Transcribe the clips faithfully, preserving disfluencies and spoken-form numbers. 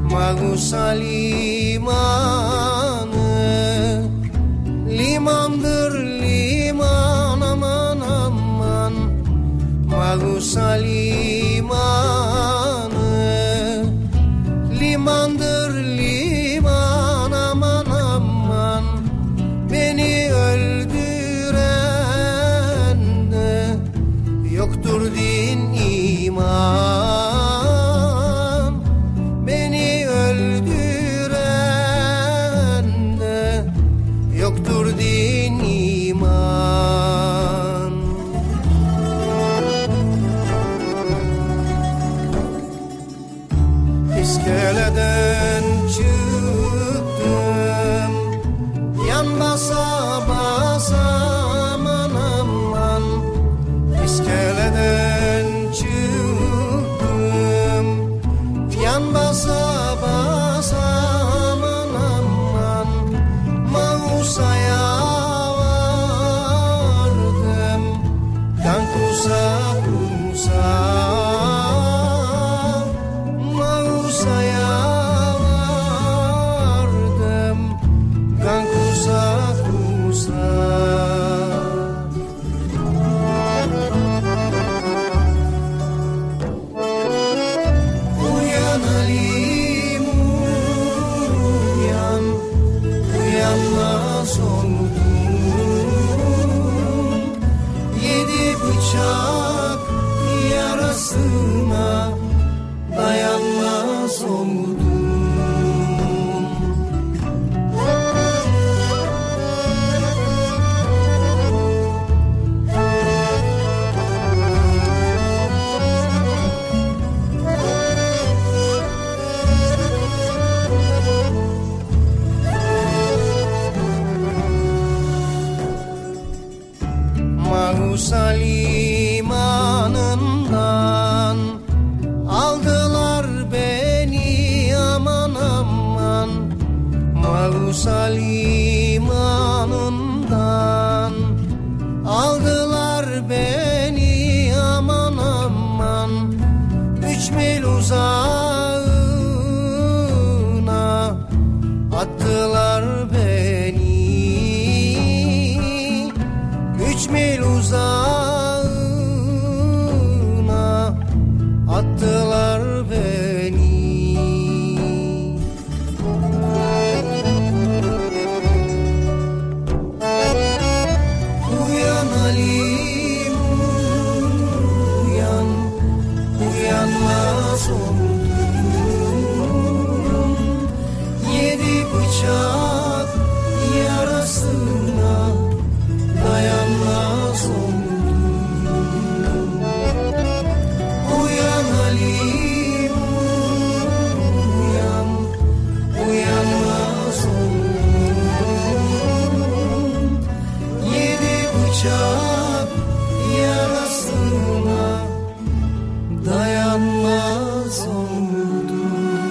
Magusa limanı, limandır liman aman aman. Magusa limanı, limandır liman aman aman. Beni öldüren de yoktur din iman. Beni öldüren de yoktur din iman. İskeleden çıktım, yan basa basa aman aman. İskeleden çıktım, yan basa basa aman aman. Mausa'ya vardım, kan kusa kusa. Mausa'ya vardım, kan kusa kusa. Uyan Halim uyan, uyanmaz oldum. Yedi bıçak yarasına dayanmaz oldum. Magusa limanından aldılar beni aman aman. Magusa limanından aldılar beni aman aman. Üç mil uzağına attılar beni. Üç mil uzağına attılar beni. Uyan Halim uyan, uyanmaz oldum. Yedi bıçak yarasına dayanmaz oldum. Uyan Halim uyan, uyanmaz oldum. Yedi bıçak yarasına dayanmaz oldum.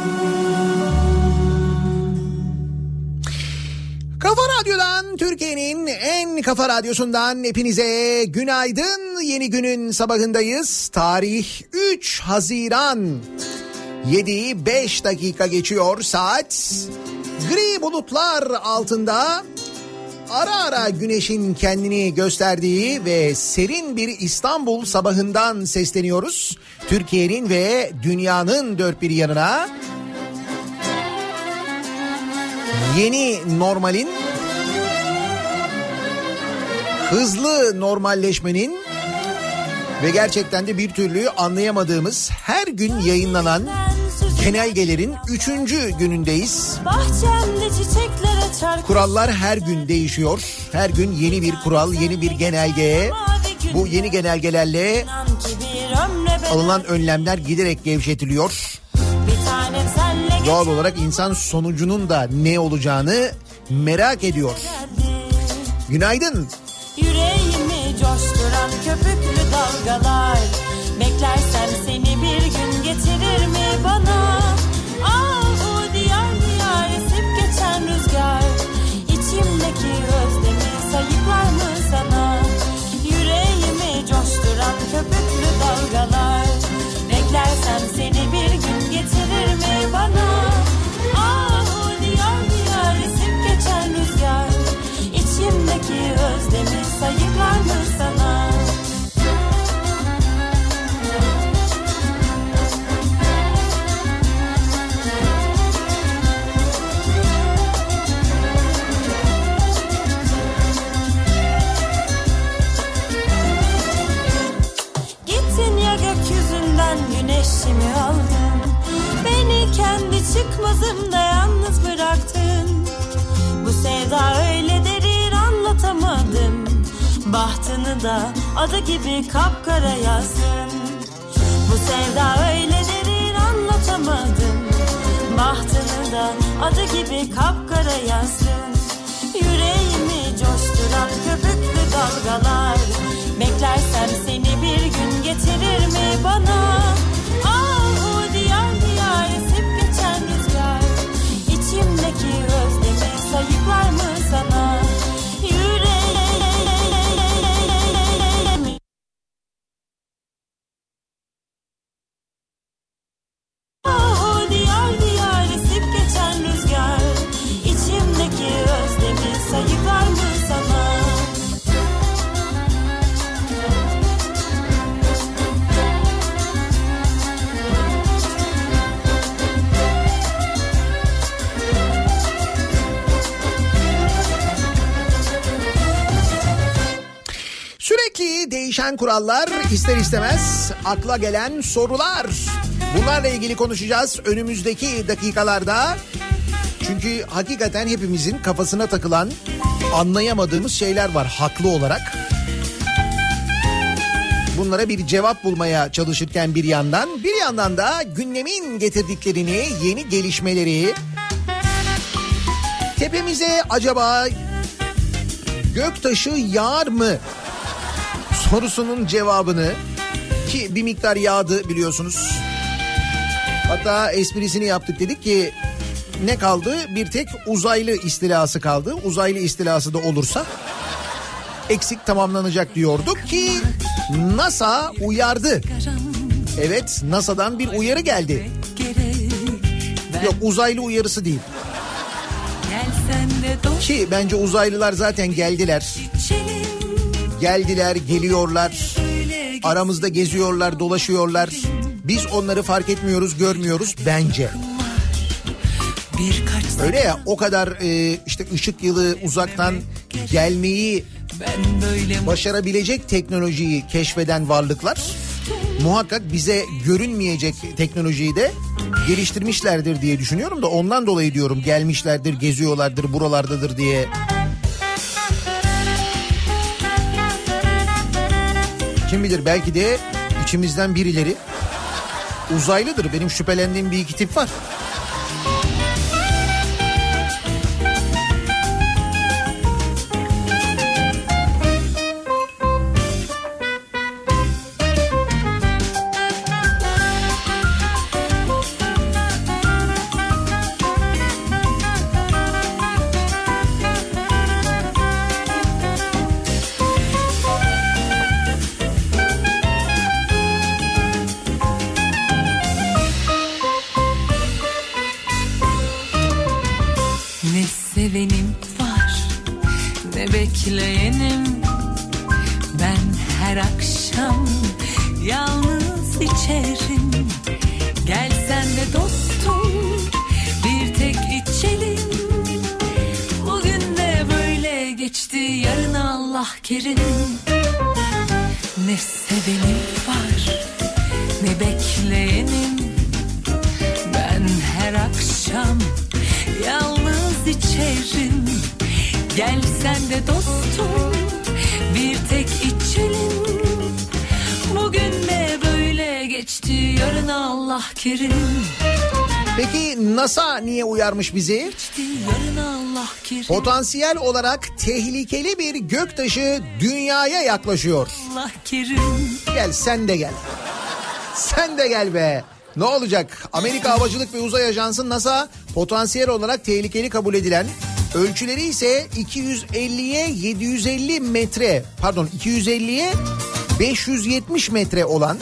Kafa Radyo'dan, Türkiye'nin en kafa radyosundan hepinize günaydın. Yeni günün sabahındayız. Tarih üç Haziran. yediyi beş dakika geçiyor saat. Gri bulutlar altında ara ara güneşin kendini gösterdiği ve serin bir İstanbul sabahından sesleniyoruz. Türkiye'nin ve dünyanın dört bir yanına. Yeni normalin, hızlı normalleşmenin ve gerçekten de bir türlü anlayamadığımız her gün yayınlanan genelgelerin üçüncü günündeyiz. Kurallar her gün değişiyor. Her gün yeni bir kural, yeni bir genelge. Bu yeni genelgelerle alınan önlemler giderek gevşetiliyor. Doğal olarak insan sonucunun da ne olacağını merak ediyor. Günaydın. Yüreğimi coşturan köpüklü dalgalar, beklersem seni bir gün getirir mi bana? Ah o diyar diyar esip geçen rüzgar, içimdeki özlemi sayıklar mı sana? Yüreğimi coşturan köpüklü dalgalar, beklersem seni bir gün getirir mi bana? çıkmazımda yalnız bıraktın. Bu sevda öyle derin anlatamadım. Bahtını da adı gibi kapkara yazdın. Bu sevda öyle derin anlatamadım. Bahtını da adı gibi kapkara yazdın. Yüreğimi coşturan köpüklü dalgalar. Beklersem seni bir gün getirir mi bana? Ah o diyar diyar esip geçen rüzgar. İçimdeki özlemi sayıklar mı sana? Yüreğimi ah o diyar diyar esip geçen rüzgar. İçimdeki özlemi sayıklar mı sana? Sürekli değişen kurallar, ister istemez akla gelen sorular. Bunlarla ilgili konuşacağız önümüzdeki dakikalarda. Çünkü hakikaten hepimizin kafasına takılan, anlayamadığımız şeyler var haklı olarak. Bunlara bir cevap bulmaya çalışırken bir yandan, bir yandan da gündemin getirdiklerini, yeni gelişmeleri, tepemize acaba göktaşı yağar mı sorusunun cevabını, ki bir miktar yağdı biliyorsunuz. Hatta esprisini yaptık, dedik ki ne kaldı? Bir tek uzaylı istilası kaldı. Uzaylı istilası da olursa eksik tamamlanacak diyorduk ki NASA uyardı. Evet, NASA'dan bir uyarı geldi. Yok, uzaylı uyarısı değil. Ki bence uzaylılar zaten geldiler. Geldiler, geliyorlar. Aramızda geziyorlar, dolaşıyorlar. Biz onları fark etmiyoruz, görmüyoruz bence. Öyle ya, o kadar e, işte ışık yılı uzaktan gelmeyi başarabilecek teknolojiyi keşfeden varlıklar muhakkak bize görünmeyecek teknolojiyi de geliştirmişlerdir diye düşünüyorum da ondan dolayı diyorum gelmişlerdir, geziyorlardır, buralardadır diye. Kim bilir, belki de içimizden birileri uzaylıdır. Benim şüphelendiğim bir iki tip var. Sevenim var, ne bekleyenim. Ben her akşam yalnız içerim. Gelsen de dostum bir tek içelim. Bugün de böyle geçti, yarın Allah kerim. Ne sevenim var, ne bekleyenim. Ben her akşam yalnız içerim. Gelsen de dostum bir tek içelim. Bugün de böyle geçti, yarın Allah kerim. Peki NASA niye uyarmış bizi? Geçti, yarın Allah kerim. Potansiyel olarak tehlikeli bir göktaşı dünyaya yaklaşıyor. Allah kerim. Gel sen de gel. Sen de gel be. Ne olacak? Amerika Havacılık ve Uzay Ajansı NASA potansiyel olarak tehlikeli kabul edilen, ölçüleri ise iki yüz elliye yedi yüz elli metre, pardon iki yüz elliye beş yüz yetmiş metre olan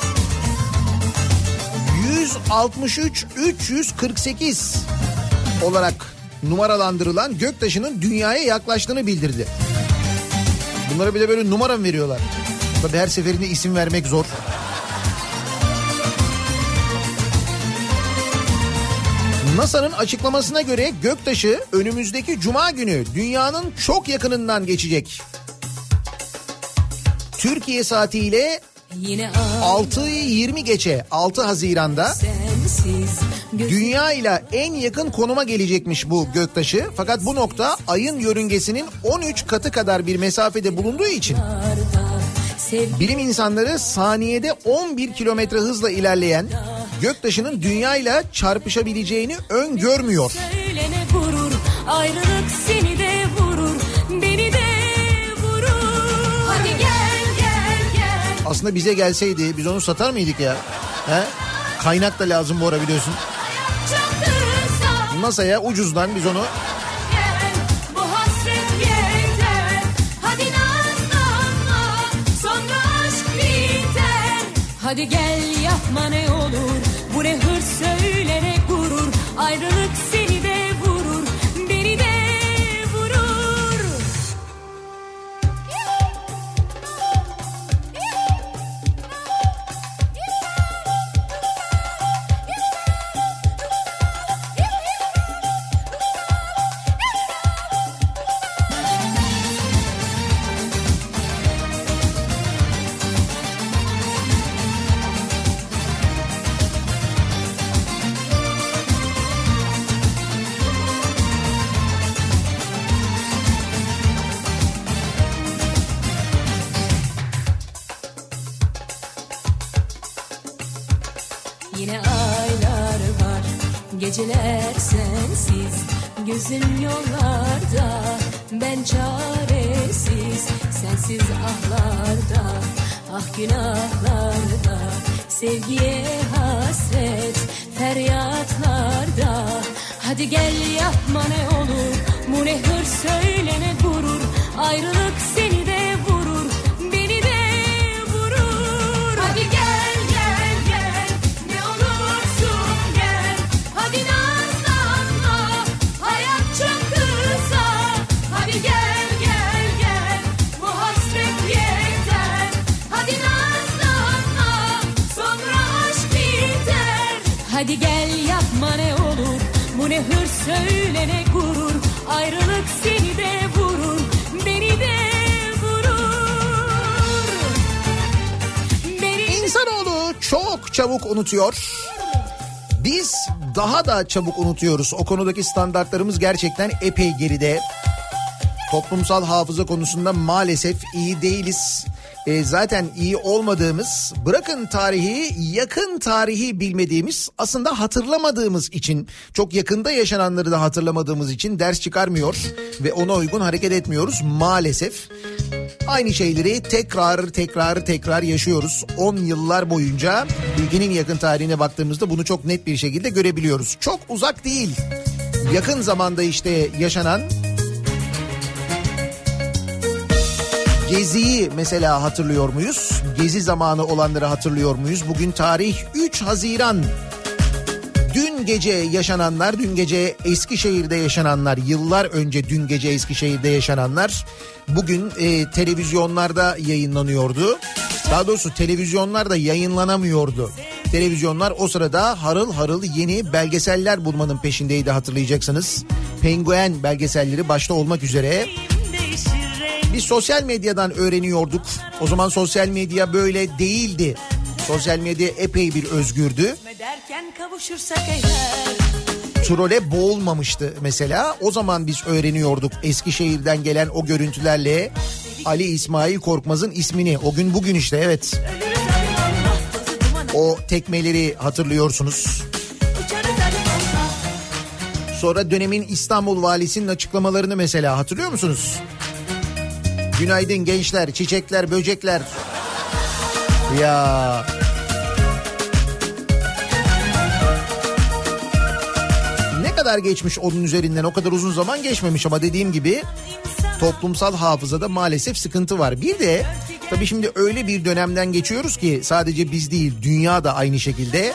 yüz altmış üç üç yüz kırk sekiz olarak numaralandırılan göktaşının dünyaya yaklaştığını bildirdi. Bunlara bir de böyle numara mı veriyorlar? Tabii her seferinde isim vermek zor. NASA'nın açıklamasına göre göktaşı önümüzdeki cuma günü dünyanın çok yakınından geçecek. Türkiye saatiyle Yine altıyı yirmi geçe altı Haziran'da sensiz Dünya ile en yakın konuma gelecekmiş bu göktaşı. Fakat bu nokta ayın yörüngesinin on üç katı kadar bir mesafede bulunduğu için bilim insanları saniyede on bir kilometre hızla ilerleyen göktaşının dünya ile çarpışabileceğini öngörmüyor. Söylene vurur, ayrılık seni de vurur, beni de vurur. Hadi gel gel gel. Aslında bize gelseydi biz onu satar mıydık ya? He? Kaynak da lazım bu ara biliyorsun. Çapkınsa Masaya ucuzdan biz onu... gel, bu hasret yeter. Hadi nazlanma, sonra aşk biter. Hadi gel yapma ne olur, bu ne hırs söylene gurur. Ayrılık seni de vurur, beni de vurur. Yine aylar var, geceler sensiz, gözün yollarda, ben çaresiz, sensiz ahlarda, ah günahlarda, sevgiye hasret, feryatlarda. Hadi gel yapma ne olur, bu ne hırs söylene gurur, ayrılık seni de vurur, beni de vurur. Hadi gel gel gel, ne olursun gel, hadi nazlanma, hayat çok kısa. Hadi gel gel gel, bu hasret yeter. Hadi nazlanma, sonra aşk biter. Hadi gel yapma ne olur, bu ne hırs söylene gurur, ayrılık seni de vurur, beni de vurur. Beni İnsanoğlu çok çabuk unutuyor. Biz daha da çabuk unutuyoruz. O konudaki standartlarımız gerçekten epey geride. Toplumsal hafıza konusunda maalesef iyi değiliz. E, zaten iyi olmadığımız, bırakın tarihi, yakın tarihi bilmediğimiz, aslında hatırlamadığımız için, çok yakında yaşananları da hatırlamadığımız için ders çıkarmıyor ve ona uygun hareket etmiyoruz maalesef. Aynı şeyleri tekrar tekrar tekrar yaşıyoruz. on yıllar boyunca ülkenin yakın tarihine baktığımızda bunu çok net bir şekilde görebiliyoruz. Çok uzak değil. Yakın zamanda işte yaşanan Gezi'yi mesela hatırlıyor muyuz? Gezi zamanı olanları hatırlıyor muyuz? Bugün tarih üç Haziran. Dün gece yaşananlar, dün gece Eskişehir'de yaşananlar, yıllar önce dün gece Eskişehir'de yaşananlar bugün e, televizyonlarda yayınlanıyordu. Daha doğrusu televizyonlarda yayınlanamıyordu. Televizyonlar o sırada harıl harıl yeni belgeseller bulmanın peşindeydi, hatırlayacaksınız. Penguen belgeselleri başta olmak üzere. Biz sosyal medyadan öğreniyorduk. O zaman sosyal medya böyle değildi. Sosyal medya epey bir özgürdü. derken kavuşursak eğer. Trole boğulmamıştı mesela. O zaman biz öğreniyorduk Eskişehir'den gelen o görüntülerle Ali İsmail Korkmaz'ın ismini. O gün bugün işte, evet. O tekmeleri hatırlıyorsunuz. Sonra dönemin İstanbul Valisi'nin açıklamalarını mesela hatırlıyor musunuz? Günaydın gençler, çiçekler, böcekler. Ya... Ne kadar geçmiş onun üzerinden, o kadar uzun zaman geçmemiş ama dediğim gibi toplumsal hafızada maalesef sıkıntı var. Bir de tabii şimdi öyle bir dönemden geçiyoruz ki sadece biz değil, dünya da aynı şekilde.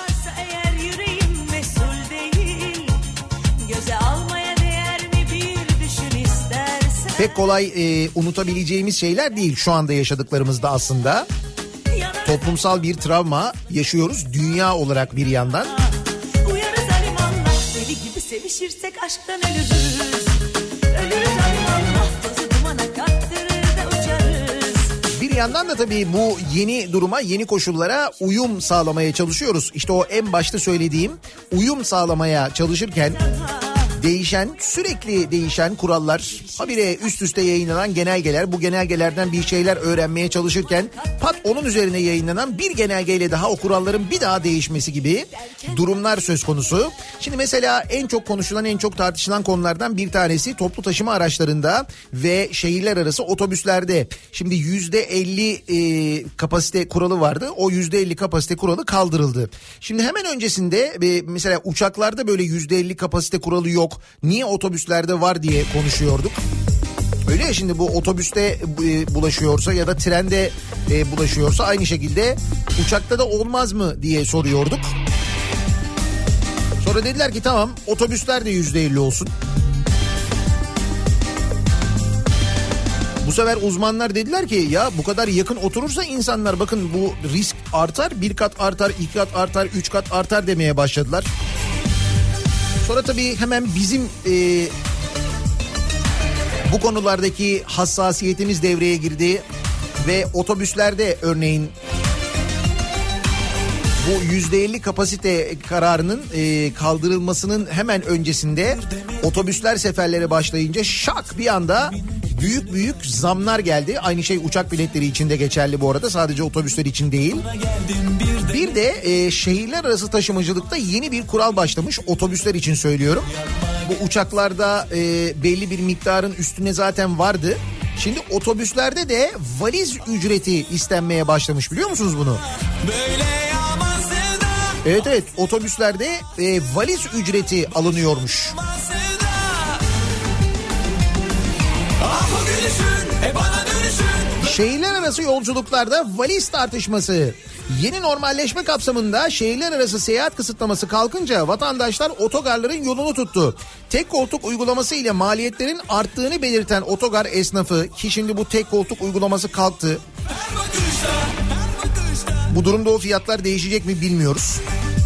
Pek kolay e, unutabileceğimiz şeyler değil şu anda yaşadıklarımızda aslında. Toplumsal bir travma yaşıyoruz dünya olarak bir yandan. Sevişirsek aşktan ölürüz. Ölürüz Allah, tozu dumana kattırır da uçarız. Bir yandan da tabii bu yeni duruma, yeni koşullara uyum sağlamaya çalışıyoruz. İşte o en başta söylediğim uyum sağlamaya çalışırken değişen, sürekli değişen kurallar, habire üst üste yayınlanan genelgeler, bu genelgelerden bir şeyler öğrenmeye çalışırken pat onun üzerine yayınlanan bir genelgeyle daha o kuralların bir daha değişmesi gibi durumlar söz konusu. Şimdi mesela en çok konuşulan, en çok tartışılan konulardan bir tanesi toplu taşıma araçlarında ve şehirler arası otobüslerde. Şimdi yüzde elli e, kapasite kuralı vardı. O yüzde elli kapasite kuralı kaldırıldı. Şimdi hemen öncesinde e, mesela uçaklarda böyle yüzde elli kapasite kuralı yok. Niye otobüslerde var diye konuşuyorduk. Öyle ya, şimdi bu otobüste e, bulaşıyorsa ya da trende e, bulaşıyorsa aynı şekilde uçakta da olmaz mı diye soruyorduk. Sonra dediler ki tamam, otobüsler de yüzde elli olsun. Bu sefer uzmanlar dediler ki ya bu kadar yakın oturursa insanlar, bakın bu risk artar, bir kat artar, iki kat artar, üç kat artar demeye başladılar. Sonra tabii hemen bizim e, bu konulardaki hassasiyetimiz devreye girdi ve otobüslerde örneğin bu yüzde elli kapasite kararının e, kaldırılmasının hemen öncesinde otobüsler seferlere başlayınca şak bir anda büyük büyük zamlar geldi. Aynı şey uçak biletleri için de geçerli bu arada, sadece otobüsler için değil. Bir de e, şehirler arası taşımacılıkta yeni bir kural başlamış, otobüsler için söylüyorum. Bu uçaklarda e, belli bir miktarın üstüne zaten vardı. Şimdi otobüslerde de valiz ücreti istenmeye başlamış, biliyor musunuz bunu? Evet evet, otobüslerde e, valiz ücreti alınıyormuş. Şehirler arası yolculuklarda valiz tartışması. Yeni normalleşme kapsamında şehirler arası seyahat kısıtlaması kalkınca vatandaşlar otogarların yolunu tuttu. Tek koltuk uygulaması ile maliyetlerin arttığını belirten otogar esnafı, ki şimdi bu tek koltuk uygulaması kalktı. Bu durumda o fiyatlar değişecek mi bilmiyoruz.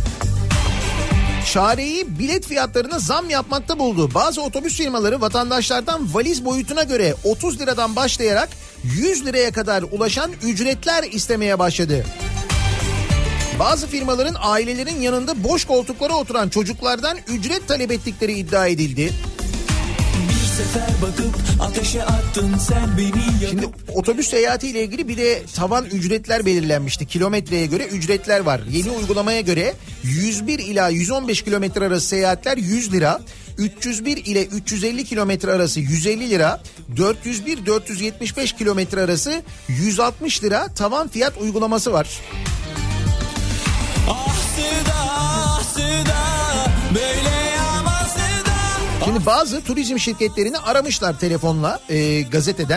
Çareyi bilet fiyatlarına zam yapmakta buldu. Bazı otobüs firmaları vatandaşlardan valiz boyutuna göre otuz liradan başlayarak yüz liraya kadar ulaşan ücretler istemeye başladı. Bazı firmaların ailelerin yanında boş koltuklara oturan çocuklardan ücret talep ettikleri iddia edildi. Bakıp ateşe attın sen beni. Şimdi otobüs seyahatiyle ilgili bir de tavan ücretler belirlenmişti. Kilometreye göre ücretler var. Yeni uygulamaya göre yüz bir ila yüz on beş kilometre arası seyahatler yüz lira. üç yüz bir ile üç yüz elli kilometre arası yüz elli lira. dört yüz bir dört yüz yetmiş beş kilometre arası yüz altmış lira tavan fiyat uygulaması var. Ah Sıda, ah Sıda, böyle. Şimdi bazı turizm şirketlerini aramışlar telefonla e, gazeteden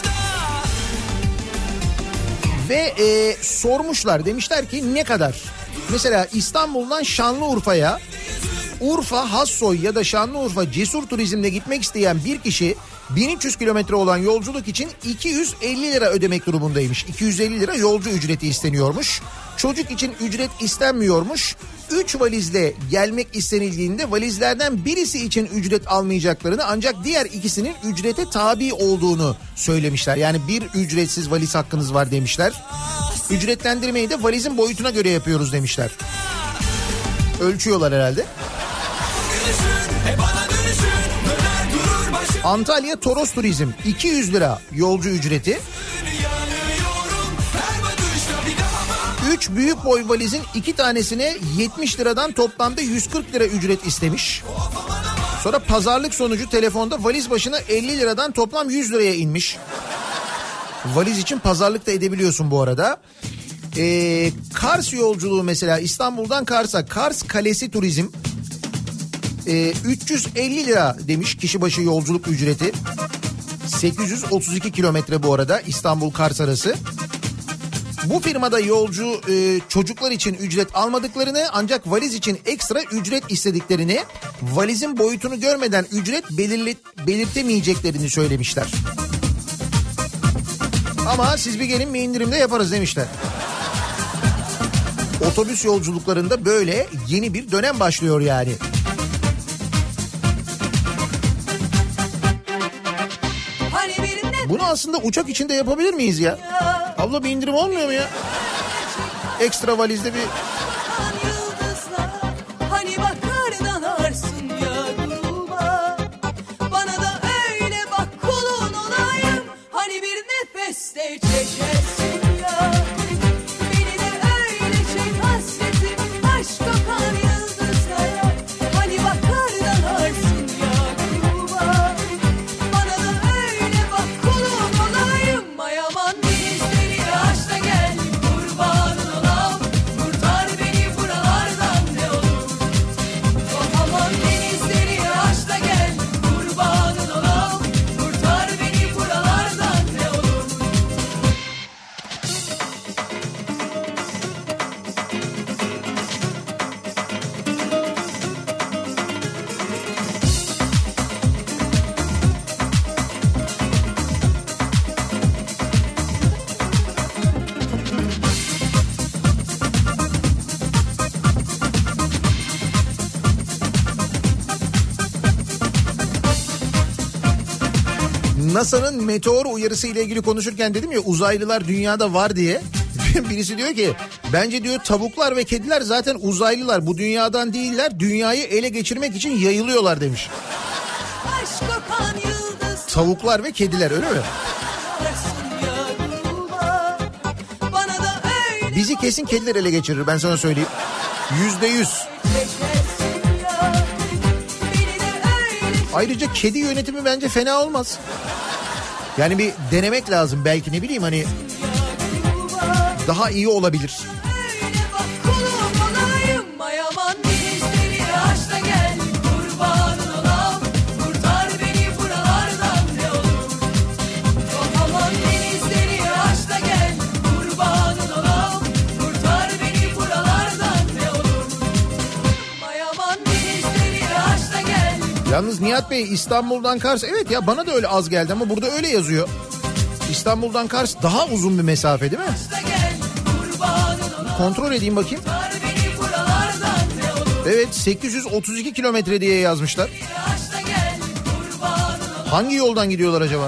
ve e, sormuşlar, demişler ki ne kadar? Mesela İstanbul'dan Şanlıurfa'ya, Urfa Hassoy ya da Şanlıurfa Cesur Turizm'le gitmek isteyen bir kişi bin üç yüz kilometre olan yolculuk için iki yüz elli lira ödemek durumundaymış. iki yüz elli lira yolcu ücreti isteniyormuş. Çocuk için ücret istenmiyormuş. üç valizle gelmek istenildiğinde valizlerden birisi için ücret almayacaklarını, ancak diğer ikisinin ücrete tabi olduğunu söylemişler. Yani bir ücretsiz valiz hakkınız var demişler. Ücretlendirmeyi de valizin boyutuna göre yapıyoruz demişler. Ölçüyorlar herhalde. Antalya Toros Turizm iki yüz lira yolcu ücreti. üç büyük boy valizin iki tanesine yetmiş liradan toplamda yüz kırk lira ücret istemiş. Sonra pazarlık sonucu telefonda valiz başına elli liradan toplam yüz liraya inmiş. Valiz için pazarlık da edebiliyorsun bu arada. Ee, Kars yolculuğu mesela, İstanbul'dan Kars'a, Kars Kalesi Turizm e, üç yüz elli lira demiş kişi başı yolculuk ücreti. sekiz yüz otuz iki kilometre bu arada İstanbul-Kars arası. Bu firmada yolcu e, çocuklar için ücret almadıklarını, ancak valiz için ekstra ücret istediklerini, valizin boyutunu görmeden ücret belirlet, belirtemeyeceklerini söylemişler. Ama siz bir gelin bir indirimde yaparız demişler. Otobüs yolculuklarında böyle yeni bir dönem başlıyor yani. Bunu aslında uçak içinde yapabilir miyiz ya? Abla bir indirim olmuyor mu ya? Ekstra valizde bir... Hani bakar dalarsın ya gruba. Bana da öyle bak kulun olayım. Hani bir nefeste çekersin ya. Beni de öyle çek hasretim. Aşk kokan yıldızlara. Hani bakar dalarsın ya gruba. Bana da öyle bak kulun olayım. Ay aman denizleri aşla gel. Kurbanın olam. Kurtar beni buralardan ne olur. Oh aman denizleri aşla gel. Kurbanın olam. Kurtar beni buralardan ne olur. NASA'nın meteor uyarısı ile ilgili konuşurken dedim ya uzaylılar dünyada var diye. Birisi diyor ki bence diyor tavuklar ve kediler zaten uzaylılar, bu dünyadan değiller, dünyayı ele geçirmek için yayılıyorlar demiş. Aşk kokan yıldız Tavuklar ve kediler öyle mi? varsın ya gruba. Bana da öyle Bizi kesin kediler ele geçirir, ben sana söyleyeyim. Yüzde yüz. çekersin ya. Beni de öyle Ayrıca kedi yönetimi bence fena olmaz. Yani bir denemek lazım belki, ne bileyim hani daha iyi olabilir. öyle bak kulum olayım. Ay aman denizleri aşla gel. Kurbanın olam. Kurtar beni buralardan ne olur. Oh aman denizleri aşla gel. Kurbanın olam. Kurtar beni buralardan ne olur. Ay aman denizleri aşla gel. Yalnız Nihat Bey İstanbul'dan Kars, evet ya bana da öyle az geldi ama burada öyle yazıyor. İstanbul'dan Kars daha uzun bir mesafe değil mi? Aşla gel. Kurbanın olam. Kontrol edeyim bakayım. Kurtar beni buralardan ne olur. Evet sekiz yüz otuz iki kilometre diye yazmışlar. Aşla gel. Kurbanın olam. Hangi yoldan gidiyorlar acaba?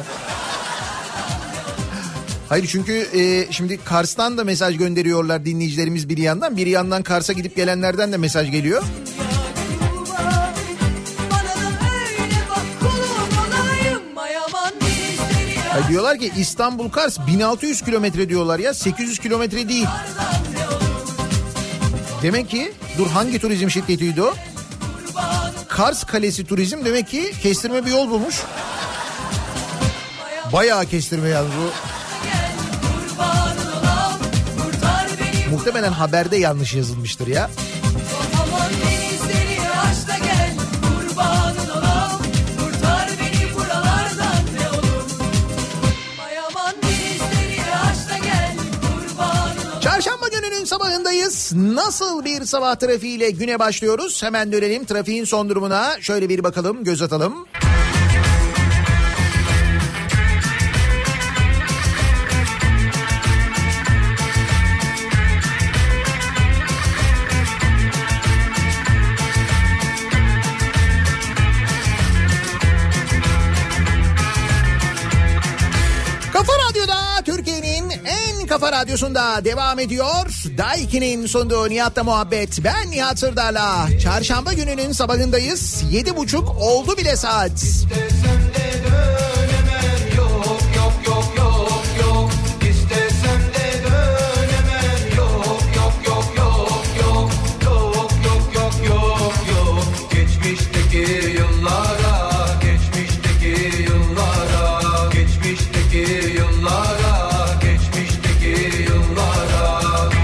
Hayır çünkü e, şimdi Kars'tan da mesaj gönderiyorlar dinleyicilerimiz bir yandan. Bir yandan Kars'a gidip gelenlerden de mesaj geliyor. Bana da öyle bak kulum olayım. Ay aman denizleri Hayır, diyorlar ki İstanbul Kars bin altı yüz kilometre diyorlar ya, sekiz yüz kilometre değil. Demek ki dur hangi turizm şirketiydi o? Kars Kalesi Turizm demek ki kestirme bir yol bulmuş. Bayağı kestirme yalnız bu. kurbanın olam. Kurtar beni Muhtemelen haberde yanlış yazılmıştır ya. aman denizleri aşla gel. Kurbanın olam. Kurtar beni buralardan ne olur. Ay aman denizleri aşla gel. Kurbanın olam. Çarşamba gününün sabahındayız. Nasıl bir sabah trafiğiyle güne başlıyoruz? Hemen dönelim trafiğin son durumuna. Şöyle bir bakalım, göz atalım. Kafa Radyo'da, Türkiye'nin en kafa radyosunda devam ediyor. Daiki'nin sunduğu Nihat'la muhabbet. Ben Nihat Sırdar'la. Çarşamba gününün sabahındayız. Yedi buçuk oldu bile saat. İstesem de dönemem, yok yok yok yok yok. İstesem de dönemem, yok yok yok yok yok. Yok yok yok yok yok. Geçmişteki yıllara, geçmişteki yıllara, geçmişteki yıllara, geçmişteki yıllara.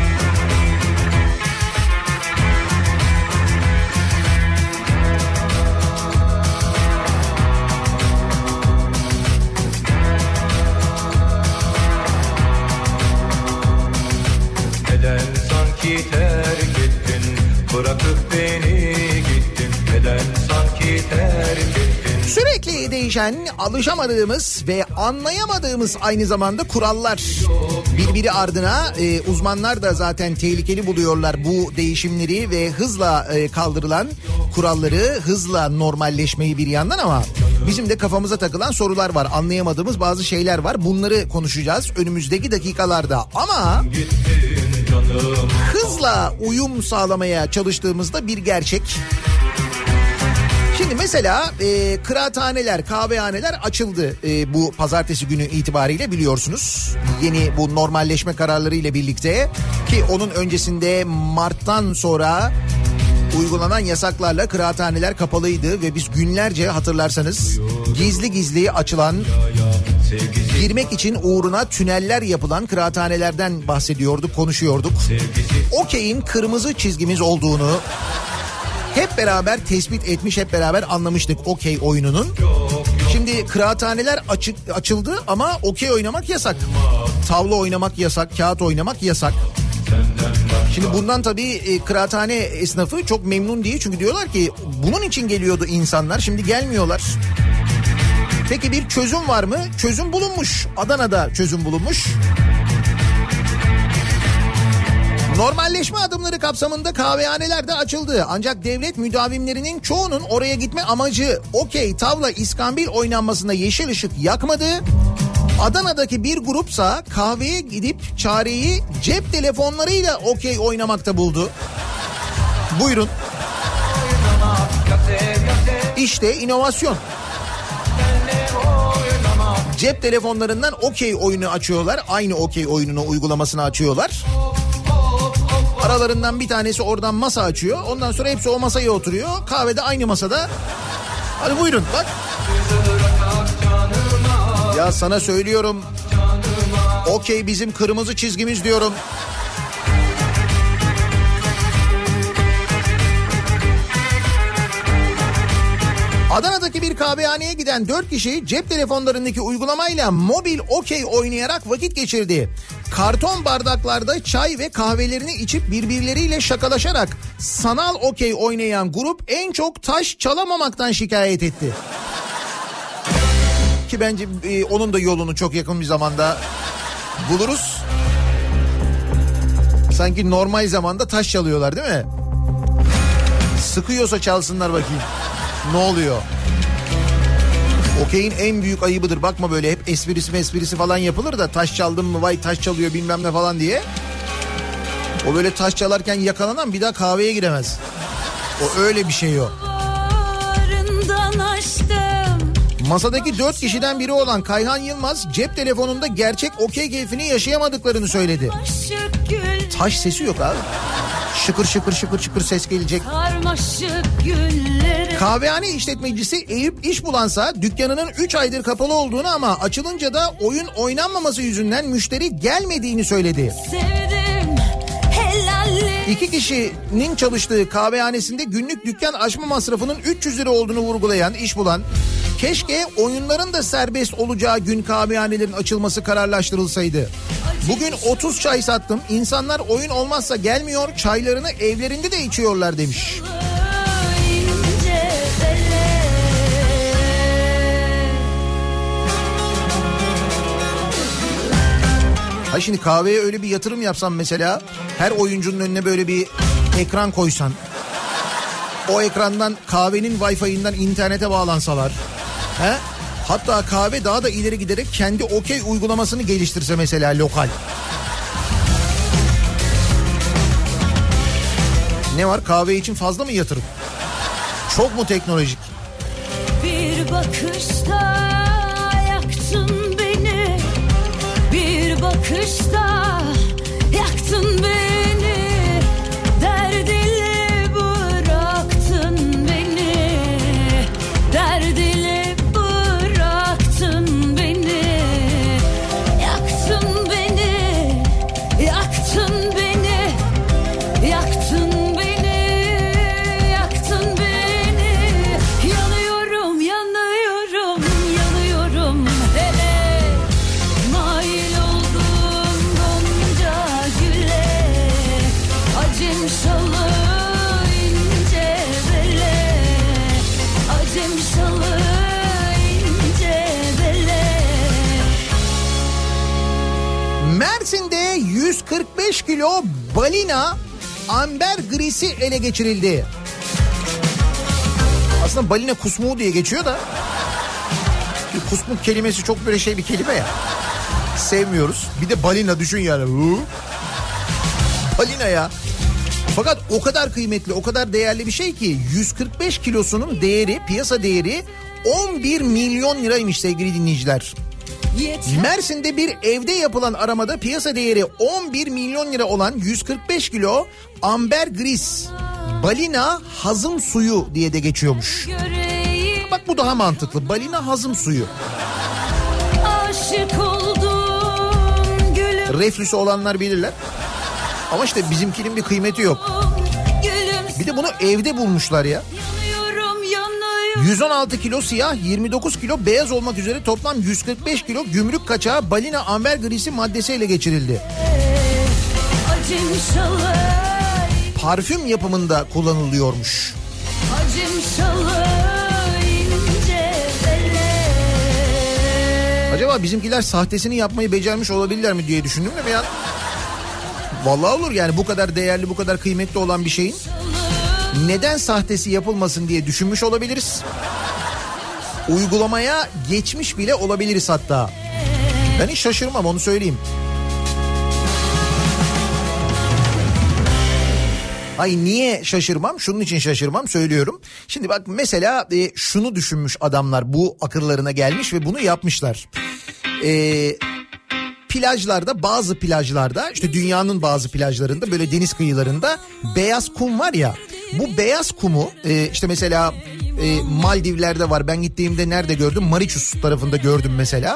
Neden sanki terk ettin, bırakıp beni gittin. Neden sanki terk ettin. Sürekli değişen, alışamadığımız ve anlayamadığımız aynı zamanda kurallar. Birbiri ardına e, uzmanlar da zaten tehlikeli buluyorlar bu değişimleri ve hızla e, kaldırılan kuralları, hızla normalleşmeyi bir yandan, ama bizim de kafamıza takılan sorular var. Anlayamadığımız bazı şeyler var. Bunları konuşacağız önümüzdeki dakikalarda. Ama hızla uyum sağlamaya çalıştığımızda bir gerçek. Şimdi mesela e, kıraathaneler, kahvehaneler açıldı e, bu pazartesi günü itibariyle, biliyorsunuz. Yeni bu normalleşme kararları ile birlikte, ki onun öncesinde Mart'tan sonra uygulanan yasaklarla kıraathaneler kapalıydı ve biz günlerce, hatırlarsanız, gizli gizli açılan, girmek için uğruna tüneller yapılan kıraathanelerden bahsediyorduk, konuşuyorduk. Okey'in kırmızı çizgimiz olduğunu hep beraber tespit etmiş, hep beraber anlamıştık okey oyununun. Şimdi kıraathaneler açık, açıldı ama okey oynamak yasak. Tavla oynamak yasak, kağıt oynamak yasak. Şimdi bundan tabii e, kıraathane esnafı çok memnun değil. Çünkü diyorlar ki bunun için geliyordu insanlar, şimdi gelmiyorlar. Peki bir çözüm var mı? Çözüm bulunmuş. Adana'da çözüm bulunmuş. Normalleşme adımları kapsamında kahvehaneler de açıldı. Ancak devlet müdavimlerinin çoğunun oraya gitme amacı okey, tavla, iskambil oynanmasında yeşil ışık yakmadı. Adana'daki bir grupsa kahveye gidip çareyi cep telefonlarıyla okey oynamakta buldu. Buyurun. İşte inovasyon. Cep telefonlarından okey oyunu açıyorlar. Aynı okey oyununu, uygulamasını açıyorlar. Aralarından bir tanesi oradan masa açıyor. Ondan sonra hepsi o masaya oturuyor. Kahvede aynı masada. Hadi buyurun bak. Ya sana söylüyorum. Okey bizim kırmızı çizgimiz diyorum. Adana'daki bir kahvehaneye giden dört kişi cep telefonlarındaki uygulamayla mobil okey oynayarak vakit geçirdi. Karton bardaklarda çay ve kahvelerini içip birbirleriyle şakalaşarak sanal okey oynayan grup en çok taş çalamamaktan şikayet etti. Ki bence e, onun da yolunu çok yakın bir zamanda buluruz. Sanki normal zamanda taş çalıyorlar değil mi? Sıkıyorsa çalsınlar bakayım. Ne oluyor? Okey'in en büyük ayıbıdır. Bakma böyle hep esprisi esprisi falan yapılır da taş çaldım mı vay taş çalıyor bilmem ne falan diye. O böyle taş çalarken yakalanan bir daha kahveye giremez. O öyle bir şey o. Masadaki dört kişiden biri olan Kayhan Yılmaz cep telefonunda gerçek okey keyfini yaşayamadıklarını söyledi. Taş sesi yok abi. Şıkır şıkır şıkır şıkır ses gelecek. Kahvehane işletmecisi Eyüp İşbulansa dükkanının üç aydır kapalı olduğunu ama açılınca da oyun oynanmaması yüzünden müşteri gelmediğini söyledi. Sevdim, İki kişinin çalıştığı kahvehanesinde günlük dükkan açma masrafının üç yüz lira olduğunu vurgulayan İşbulan, keşke oyunların da serbest olacağı gün kahvehanelerin açılması kararlaştırılsaydı. Bugün otuz çay sattım. İnsanlar oyun olmazsa gelmiyor, çaylarını evlerinde de içiyorlar demiş. Ha şimdi kahveye öyle bir yatırım yapsan mesela, her oyuncunun önüne böyle bir ekran koysan, o ekrandan kahvenin Wi-Fi'inden internete bağlansalar, he? Hatta kahve daha da ileri giderek kendi okey uygulamasını geliştirse mesela lokal. Ne var, kahve için fazla mı yatırım? Çok mu teknolojik? Bir bakışta yaktın beni, bir bakışta yaktın beni, derdile bıraktın beni, derdile bıraktın beni, yaktın beni, yaktın beni, yaktın beni, yaktın beni, yanıyorum, yanıyorum, yanıyorum, hele mail oldum kırk beş kilo balina amber grisi ele geçirildi. Aslında balina kusmuğu diye geçiyor da. Kusmuk kelimesi çok böyle şey bir kelime ya. Sevmiyoruz. Bir de balina düşün yani. Hı? Balina ya. Fakat o kadar kıymetli, o kadar değerli bir şey ki yüz kırk beş kilosunun değeri, piyasa değeri on bir milyon liraymış sevgili dinleyiciler. Mersin'de bir evde yapılan aramada piyasa değeri on bir milyon lira olan yüz kırk beş kilo amber gris balina hazım suyu diye de geçiyormuş. Bak bu daha mantıklı. Balina hazım suyu. Aşık oldum gülüm. Reflüsü olanlar bilirler. Ama işte bizimkinin bir kıymeti yok. Bir de bunu evde bulmuşlar ya. yüz on altı kilo siyah, yirmi dokuz kilo beyaz olmak üzere toplam yüz kırk beş kilo gümrük kaçağı balina amber grisi maddesiyle geçirildi. Parfüm yapımında kullanılıyormuş. Acaba bizimkiler sahtesini yapmayı becermiş olabilirler mi diye düşündüm de bir an. Vallahi olur yani, bu kadar değerli, bu kadar kıymetli olan bir şeyin neden sahtesi yapılmasın diye düşünmüş olabiliriz. Uygulamaya geçmiş bile olabiliriz hatta. Ben hiç şaşırmam, onu söyleyeyim. Ay niye şaşırmam? Şunun için şaşırmam, söylüyorum. Şimdi bak mesela e, şunu düşünmüş adamlar, bu akıllarına gelmiş ve bunu yapmışlar. Eee... Plajlarda, bazı plajlarda, işte dünyanın bazı plajlarında, böyle deniz kıyılarında beyaz kum var ya, bu beyaz kumu e, işte mesela e, Maldivler'de var, ben gittiğimde nerede gördüm, Mauritius tarafında gördüm mesela.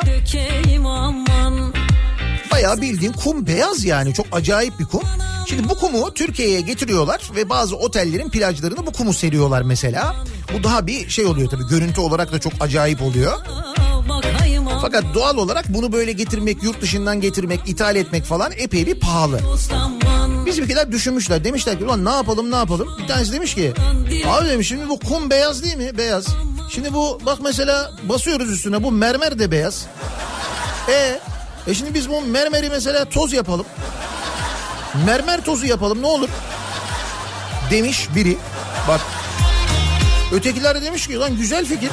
Bayağı bildiğin kum beyaz, yani çok acayip bir kum. Şimdi bu kumu Türkiye'ye getiriyorlar ve bazı otellerin plajlarına bu kumu seriyorlar mesela. Bu daha bir şey oluyor tabii, görüntü olarak da çok acayip oluyor. Fakat doğal olarak bunu böyle getirmek, yurt dışından getirmek, ithal etmek falan epey bir pahalı. Bizimkiler düşünmüşler, demişler ki ulan ne yapalım ne yapalım. Bir tanesi demiş ki abi demiş, şimdi bu kum beyaz değil mi? Beyaz. Şimdi bu bak mesela basıyoruz üstüne, bu mermer de beyaz. E, e şimdi biz bu mermeri mesela toz yapalım. Mermer tozu yapalım ne olur? Demiş biri. Bak. Ötekiler de demiş ki lan güzel fikir.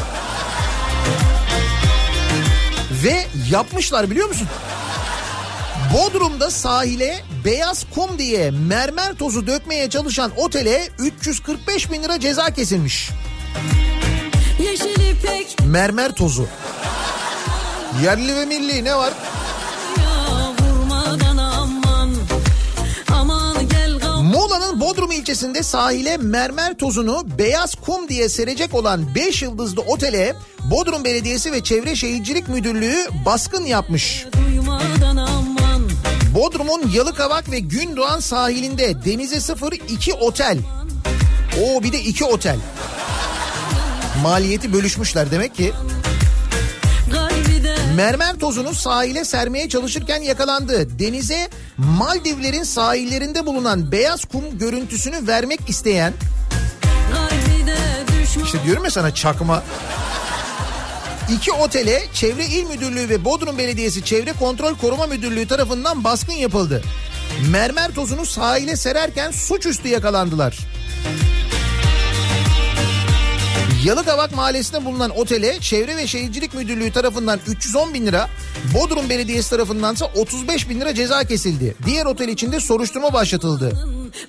Ve yapmışlar, biliyor musun? Bodrum'da sahile beyaz kum diye mermer tozu dökmeye çalışan otele üç yüz kırk beş bin lira ceza kesilmiş. Mermer tozu. Yerli ve milli ne var? Muğla'nın Bodrum ilçesinde sahile mermer tozunu beyaz kum diye serecek olan beş yıldızlı otele Bodrum Belediyesi ve Çevre Şehircilik Müdürlüğü baskın yapmış. Bodrum'un Yalıkavak ve Gündoğan sahilinde denize sıfır iki otel. Oo bir de iki otel. Maliyeti bölüşmüşler demek ki. Mermer tozunu sahile sermeye çalışırken yakalandı. Denize Maldivlerin sahillerinde bulunan beyaz kum görüntüsünü vermek isteyen, İşte diyorum ya sana, çakma. İki otele Çevre İl Müdürlüğü ve Bodrum Belediyesi Çevre Kontrol Koruma Müdürlüğü tarafından baskın yapıldı. Mermer tozunu sahile sererken suçüstü yakalandılar. Yalıkavak Mahallesi'nde bulunan otele Çevre ve Şehircilik Müdürlüğü tarafından üç yüz on bin lira, Bodrum Belediyesi tarafındansa otuz beş bin lira ceza kesildi. Diğer otel için de soruşturma başlatıldı.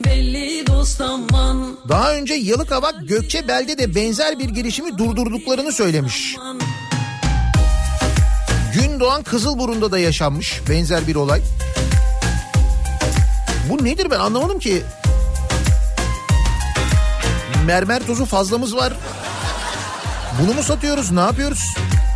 Daha önce Yalıkavak Gökçebel'de de benzer bir girişimi durdurduklarını söylemiş. Gündoğan Kızılburun'da da yaşanmış benzer bir olay. Bu nedir, ben anlamadım ki. Mermer tozu fazlamız var. Bunu mu satıyoruz? Ne yapıyoruz?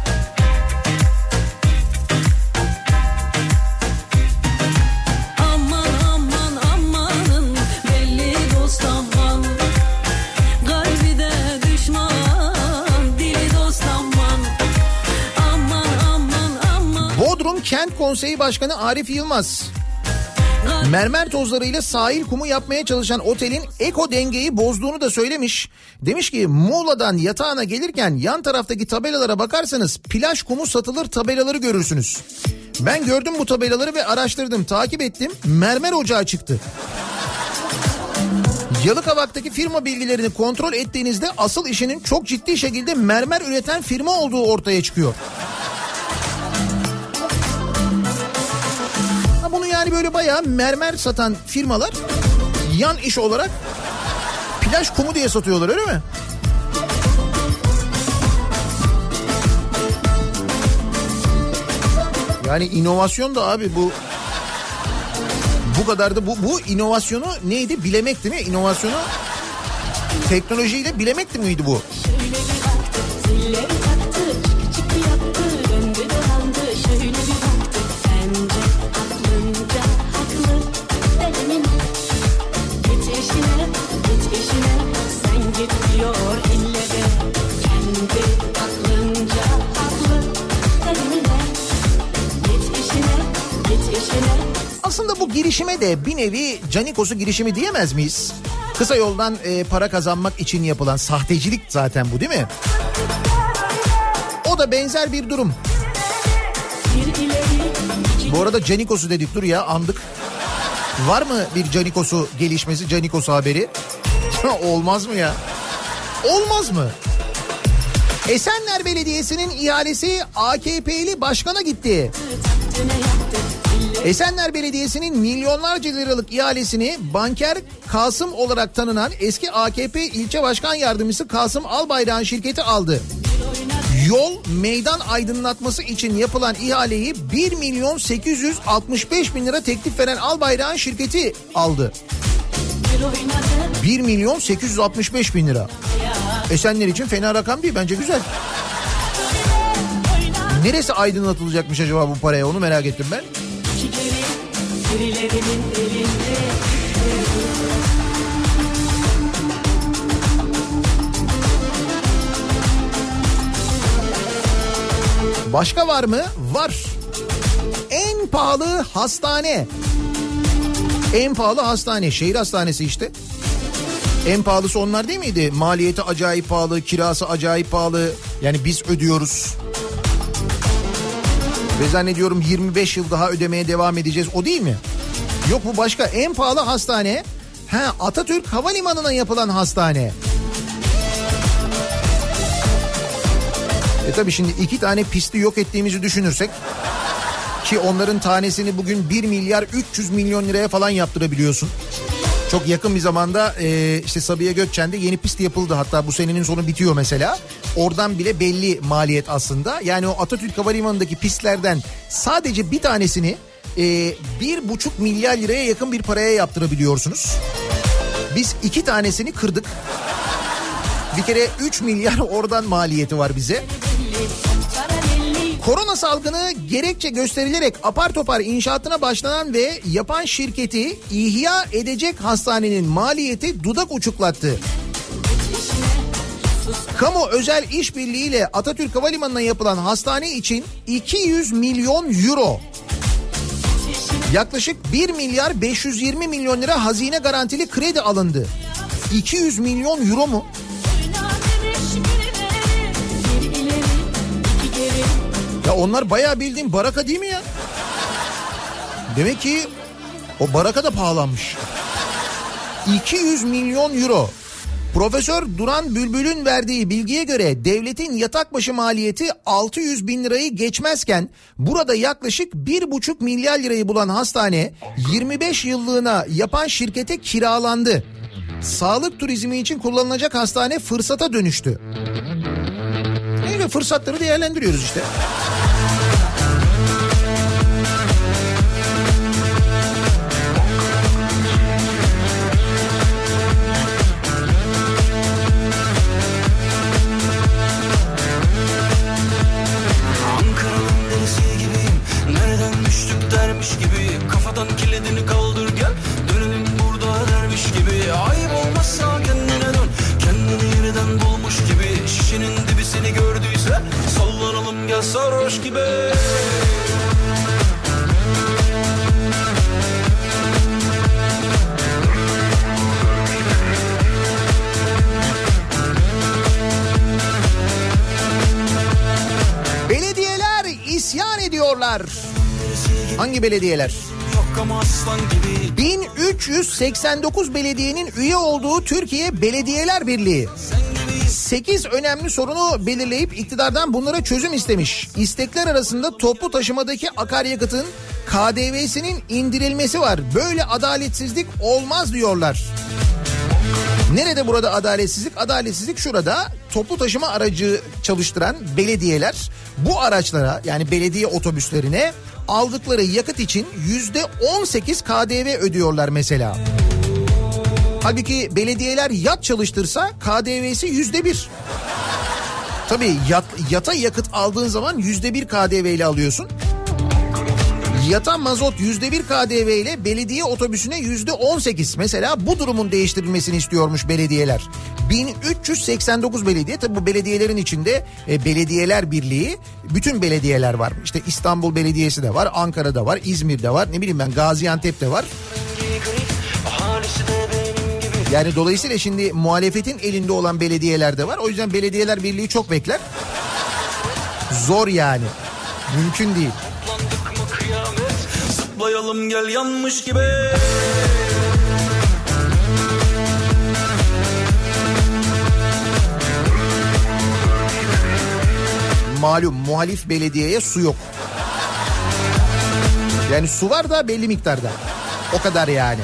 Aman aman amanın belli dost aman. Kalbi de düşman, dili dost aman. Aman aman aman. Bodrum Kent Konseyi Başkanı Arif Yılmaz, mermer tozlarıyla sahil kumu yapmaya çalışan otelin eko dengeyi bozduğunu da söylemiş. Demiş ki Muğla'dan yatağına gelirken yan taraftaki tabelalara bakarsanız plaj kumu satılır tabelaları görürsünüz. Ben gördüm bu tabelaları ve araştırdım, takip ettim. Mermer ocağı çıktı. Yalıkavak'taki firma bilgilerini kontrol ettiğinizde asıl işinin çok ciddi şekilde mermer üreten firma olduğu ortaya çıkıyor. Ha bunu yani böyle bayağı mermer satan firmalar yan iş olarak plaj kumu diye satıyorlar, öyle mi? Yani inovasyon da abi bu bu kadar da bu bu inovasyonu neydi, bilemek değil mi? İnovasyonu teknolojiyle bilemek miydi bu? Aslında bu girişime de bir nevi Canikos'u girişimi diyemez miyiz? Kısa yoldan e, para kazanmak için yapılan sahtecilik zaten bu, değil mi? O da benzer bir durum. Bu arada Canikos'u dedik, dur ya andık. Var mı bir Canikos'u gelişmesi, Canikos haberi? Olmaz mı ya? Olmaz mı? Esenler Belediyesi'nin ihalesi A K P'li başkana gitti. Esenler Belediyesi'nin milyonlarca liralık ihalesini banker Kasım olarak tanınan eski A K P ilçe başkan yardımcısı Kasım Albayrak'ın şirketi aldı. Yol meydan aydınlatması için yapılan ihaleyi bir milyon sekiz yüz altmış beş bin lira teklif veren Albayrak'ın şirketi aldı. bir milyon sekiz yüz altmış beş bin lira. Esenler için fena rakam değil, bence güzel. Neresi aydınlatılacakmış acaba bu paraya, onu merak ettim ben. Başka var mı? Var. En pahalı hastane. En pahalı hastane. Şehir hastanesi işte. En pahalısı onlar değil miydi? Maliyeti acayip pahalı, kirası acayip pahalı. Yani biz ödüyoruz. Ve zannediyorum yirmi beş yıl daha ödemeye devam edeceğiz. O değil mi? Yok, bu başka. En pahalı hastane. Ha, Atatürk Havalimanı'na yapılan hastane. E tabii şimdi iki tane pisti yok ettiğimizi düşünürsek, ki onların tanesini bugün bir milyar üç yüz milyon liraya falan yaptırabiliyorsun. Çok yakın bir zamanda e, işte Sabiha Gökçen'de yeni pist yapıldı, hatta bu senenin sonu bitiyor mesela. Oradan bile belli maliyet aslında. Yani o Atatürk Havalimanı'ndaki pistlerden sadece bir tanesini e, bir buçuk milyar liraya yakın bir paraya yaptırabiliyorsunuz. Biz iki tanesini kırdık. Bir kere üç milyar oradan maliyeti var bize. Korona salgını gerekçe gösterilerek apar topar inşaatına başlanan ve yapan şirketi ihya edecek hastanenin maliyeti dudak uçuklattı. Kamu özel işbirliğiyle Atatürk Havalimanı'na yapılan hastane için iki yüz milyon euro, yaklaşık bir milyar beş yüz yirmi milyon lira hazine garantili kredi alındı. iki yüz milyon euro mu? Ya onlar bayağı bildiğin baraka değil mi ya? Demek ki o baraka da pahalanmış. iki yüz milyon euro. Profesör Duran Bülbül'ün verdiği bilgiye göre devletin yatak başı maliyeti altı yüz bin lirayı geçmezken burada yaklaşık bir buçuk milyar lirayı bulan hastane yirmi beş yıllığına yapan şirkete kiralandı. Sağlık turizmi için kullanılacak hastane fırsata dönüştü. Öyle fırsatları değerlendiriyoruz işte. Kilidini kaldır gel, dönelim burada dermiş gibi. Ayıp olmazsa kendine dön, kendini yeniden bulmuş gibi. Şişenin dibisini gördüyse sallanalım gel sarhoş gibi. Belediyeler isyan ediyorlar. Hangi belediyeler? Yok ama aslan gibi. bin üç yüz seksen dokuz belediyenin üye olduğu Türkiye Belediyeler Birliği sekiz önemli sorunu belirleyip iktidardan bunlara çözüm istemiş. İstekler arasında toplu taşımadaki akaryakıtın K D V'sinin indirilmesi var. Böyle adaletsizlik olmaz diyorlar. Nerede burada adaletsizlik? Adaletsizlik şurada. Toplu taşıma aracı çalıştıran belediyeler bu araçlara, yani belediye otobüslerine aldıkları yakıt için yüzde on sekiz K D V ödüyorlar mesela. Halbuki belediyeler yat çalıştırsa K D V'si yüzde bir. Tabii yat, yata yakıt aldığın zaman yüzde bir K D V ile alıyorsun. Yata mazot yüzde bir K D V ile belediye otobüsüne yüzde on sekiz. Mesela bu durumun değiştirilmesini istiyormuş belediyeler. bin üç yüz seksen dokuz belediye, tabii bu belediyelerin içinde e, Belediyeler Birliği, bütün belediyeler var. İşte İstanbul Belediyesi de var, Ankara'da var, İzmir'de var, ne bileyim ben Gaziantep'te var. Yani dolayısıyla şimdi muhalefetin elinde olan belediyeler de var. O yüzden Belediyeler Birliği çok bekler. Zor yani. Mümkün değil. Zıplayalım gel yanmış gibi. Malum muhalif belediyeye su yok. Yani su var da belli miktarda. O kadar yani.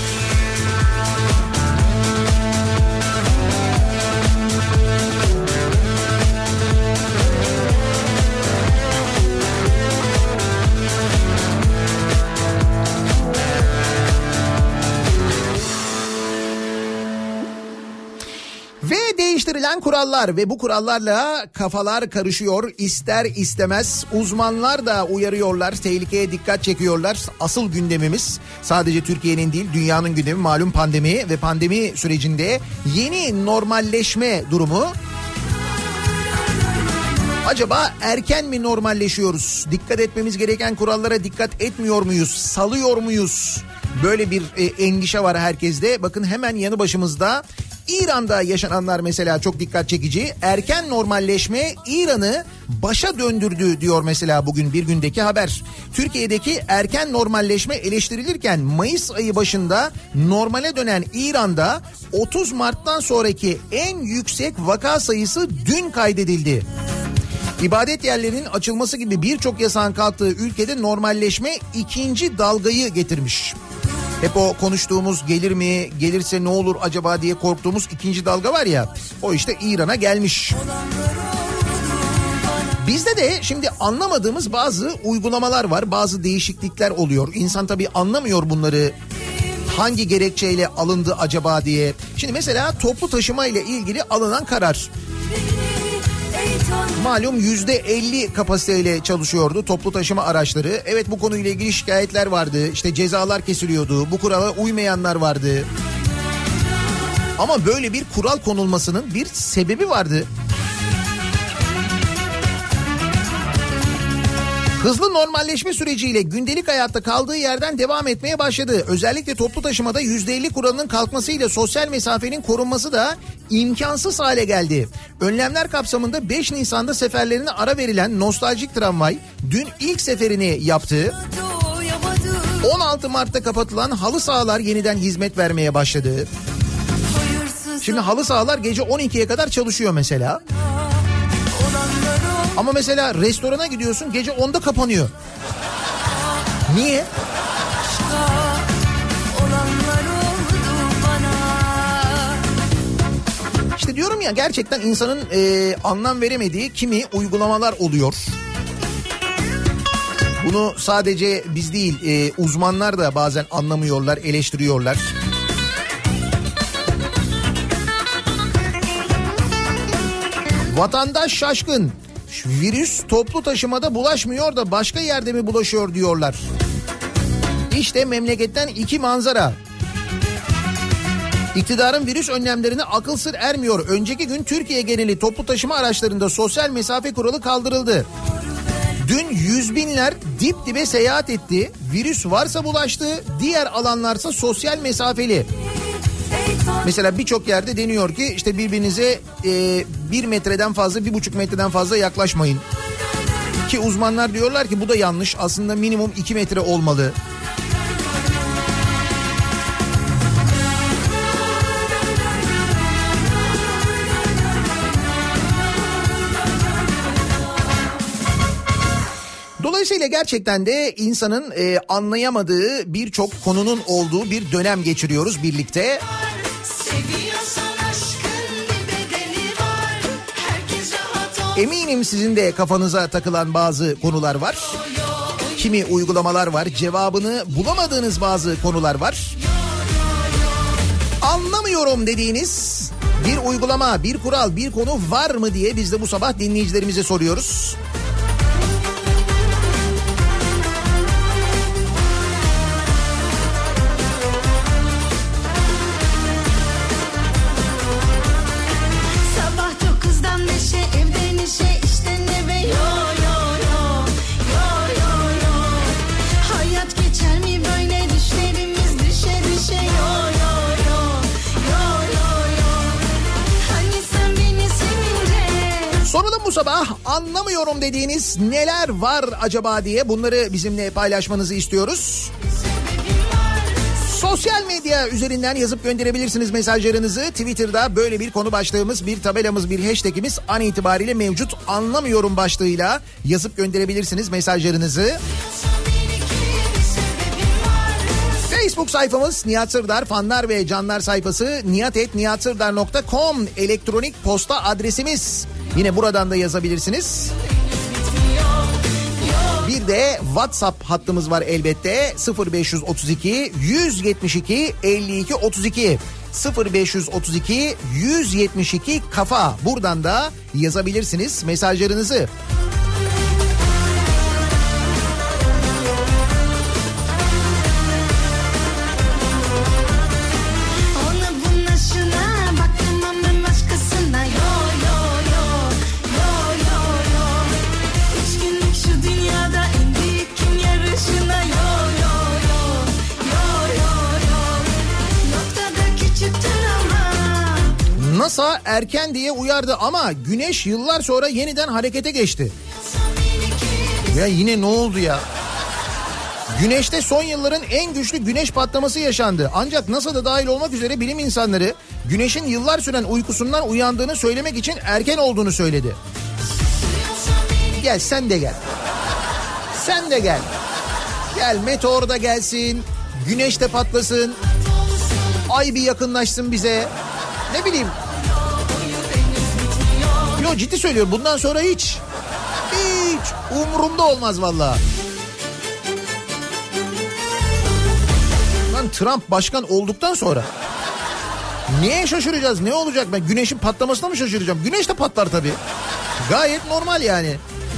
Değiştirilen kurallar ve bu kurallarla kafalar karışıyor. İster istemez uzmanlar da uyarıyorlar, tehlikeye dikkat çekiyorlar. Asıl gündemimiz sadece Türkiye'nin değil, dünyanın gündemi malum pandemi ve pandemi sürecinde yeni normalleşme durumu. Acaba erken mi normalleşiyoruz? Dikkat etmemiz gereken kurallara dikkat etmiyor muyuz? Salıyor muyuz? Böyle bir e, endişe var herkeste. Bakın hemen yanı başımızda İran'da yaşananlar mesela çok dikkat çekici. Erken normalleşme İran'ı başa döndürdü diyor mesela bugün bir gündeki haber. Türkiye'deki erken normalleşme eleştirilirken Mayıs ayı başında normale dönen İran'da otuz Mart'tan sonraki en yüksek vaka sayısı dün kaydedildi. İbadet yerlerinin açılması gibi birçok yasağın kalktığı ülkede normalleşme ikinci dalgayı getirmiş. Hep o konuştuğumuz gelir mi, gelirse ne olur acaba diye korktuğumuz ikinci dalga var ya, o işte İran'a gelmiş. Bizde de şimdi anlamadığımız bazı uygulamalar var, bazı değişiklikler oluyor. İnsan tabii anlamıyor bunları, hangi gerekçeyle alındı acaba diye. Şimdi mesela toplu taşıma ile ilgili alınan karar. Malum yüzde elli kapasiteyle çalışıyordu toplu taşıma araçları. Evet, bu konuyla ilgili şikayetler vardı. İşte cezalar kesiliyordu. Bu kurala uymayanlar vardı. Ama böyle bir kural konulmasının bir sebebi vardı. Hızlı normalleşme süreciyle gündelik hayatta kaldığı yerden devam etmeye başladı. Özellikle toplu taşımada yüzde elli kuralının kalkmasıyla sosyal mesafenin korunması da imkansız hale geldi. Önlemler kapsamında beş Nisan'da seferlerine ara verilen nostaljik tramvay dün ilk seferini yaptı. on altı Mart'ta kapatılan halı sahalar yeniden hizmet vermeye başladı. Şimdi halı sahalar gece on ikiye kadar çalışıyor mesela. Ama mesela restorana gidiyorsun, gece onda kapanıyor. Niye? İşte diyorum ya, gerçekten insanın e, anlam veremediği kimi uygulamalar oluyor. Bunu sadece biz değil, e, uzmanlar da bazen anlamıyorlar, eleştiriyorlar. Vatandaş şaşkın. Virüs toplu taşımada bulaşmıyor da başka yerde mi bulaşıyor diyorlar. İşte memleketten iki manzara. İktidarın virüs önlemlerine akıl sır ermiyor. Önceki gün Türkiye geneli toplu taşıma araçlarında sosyal mesafe kuralı kaldırıldı. Dün yüz binler dip dibe seyahat etti. Virüs varsa bulaştı, diğer alanlarsa sosyal mesafeli. Mesela birçok yerde deniyor ki işte birbirinize e, bir metreden fazla, bir buçuk metreden fazla yaklaşmayın. Ki uzmanlar diyorlar ki bu da yanlış. Aslında minimum iki metre olmalı. Dolayısıyla gerçekten de insanın e, anlayamadığı birçok konunun olduğu bir dönem geçiriyoruz birlikte. Eminim sizin de kafanıza takılan bazı konular var. Kimi uygulamalar var, cevabını bulamadığınız bazı konular var. Anlamıyorum dediğiniz bir uygulama, bir kural, bir konu var mı diye biz de bu sabah dinleyicilerimize soruyoruz. Soralım bu sabah, anlamıyorum dediğiniz neler var acaba diye, bunları bizimle paylaşmanızı istiyoruz. Sosyal medya üzerinden yazıp gönderebilirsiniz mesajlarınızı. Twitter'da böyle bir konu başlığımız, bir tabelamız, bir hashtagimiz an itibariyle mevcut. Anlamıyorum başlığıyla yazıp gönderebilirsiniz mesajlarınızı. Facebook sayfamız Nihat Sırdar fanlar ve canlar sayfası, nihat et nihat sırdar nokta com elektronik posta adresimiz. Yine buradan da yazabilirsiniz. Bir de WhatsApp hattımız var elbette. sıfır beş otuz iki yüz yetmiş iki elli iki otuz iki sıfır beş otuz iki yüz yetmiş iki kafa. Buradan da yazabilirsiniz mesajlarınızı. NASA erken diye uyardı ama güneş yıllar sonra yeniden harekete geçti. Ya yine ne oldu ya? Güneşte son yılların en güçlü güneş patlaması yaşandı. Ancak NASA da dahil olmak üzere bilim insanları güneşin yıllar süren uykusundan uyandığını söylemek için erken olduğunu söyledi. Gel sen de gel. Sen de gel. Gel, meteor da gelsin. Güneş de patlasın. Ay bir yakınlaşsın bize. Ne bileyim. Yo, ciddi söylüyorum, bundan sonra hiç hiç umurumda olmaz vallahi. Lan Trump başkan olduktan sonra neye şaşıracağız, ne olacak? Ben güneşin patlamasına mı şaşıracağım? Güneş de patlar tabii. Gayet normal yani.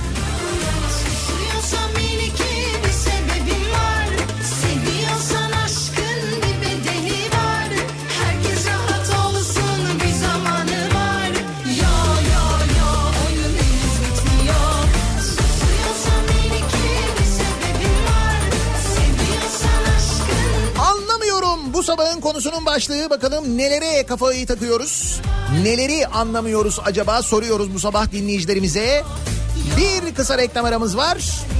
Bu sabahın konusunun başlığı, bakalım nelere kafayı takıyoruz, neleri anlamıyoruz acaba, soruyoruz bu sabah dinleyicilerimize. Bir kısa reklam aramız var.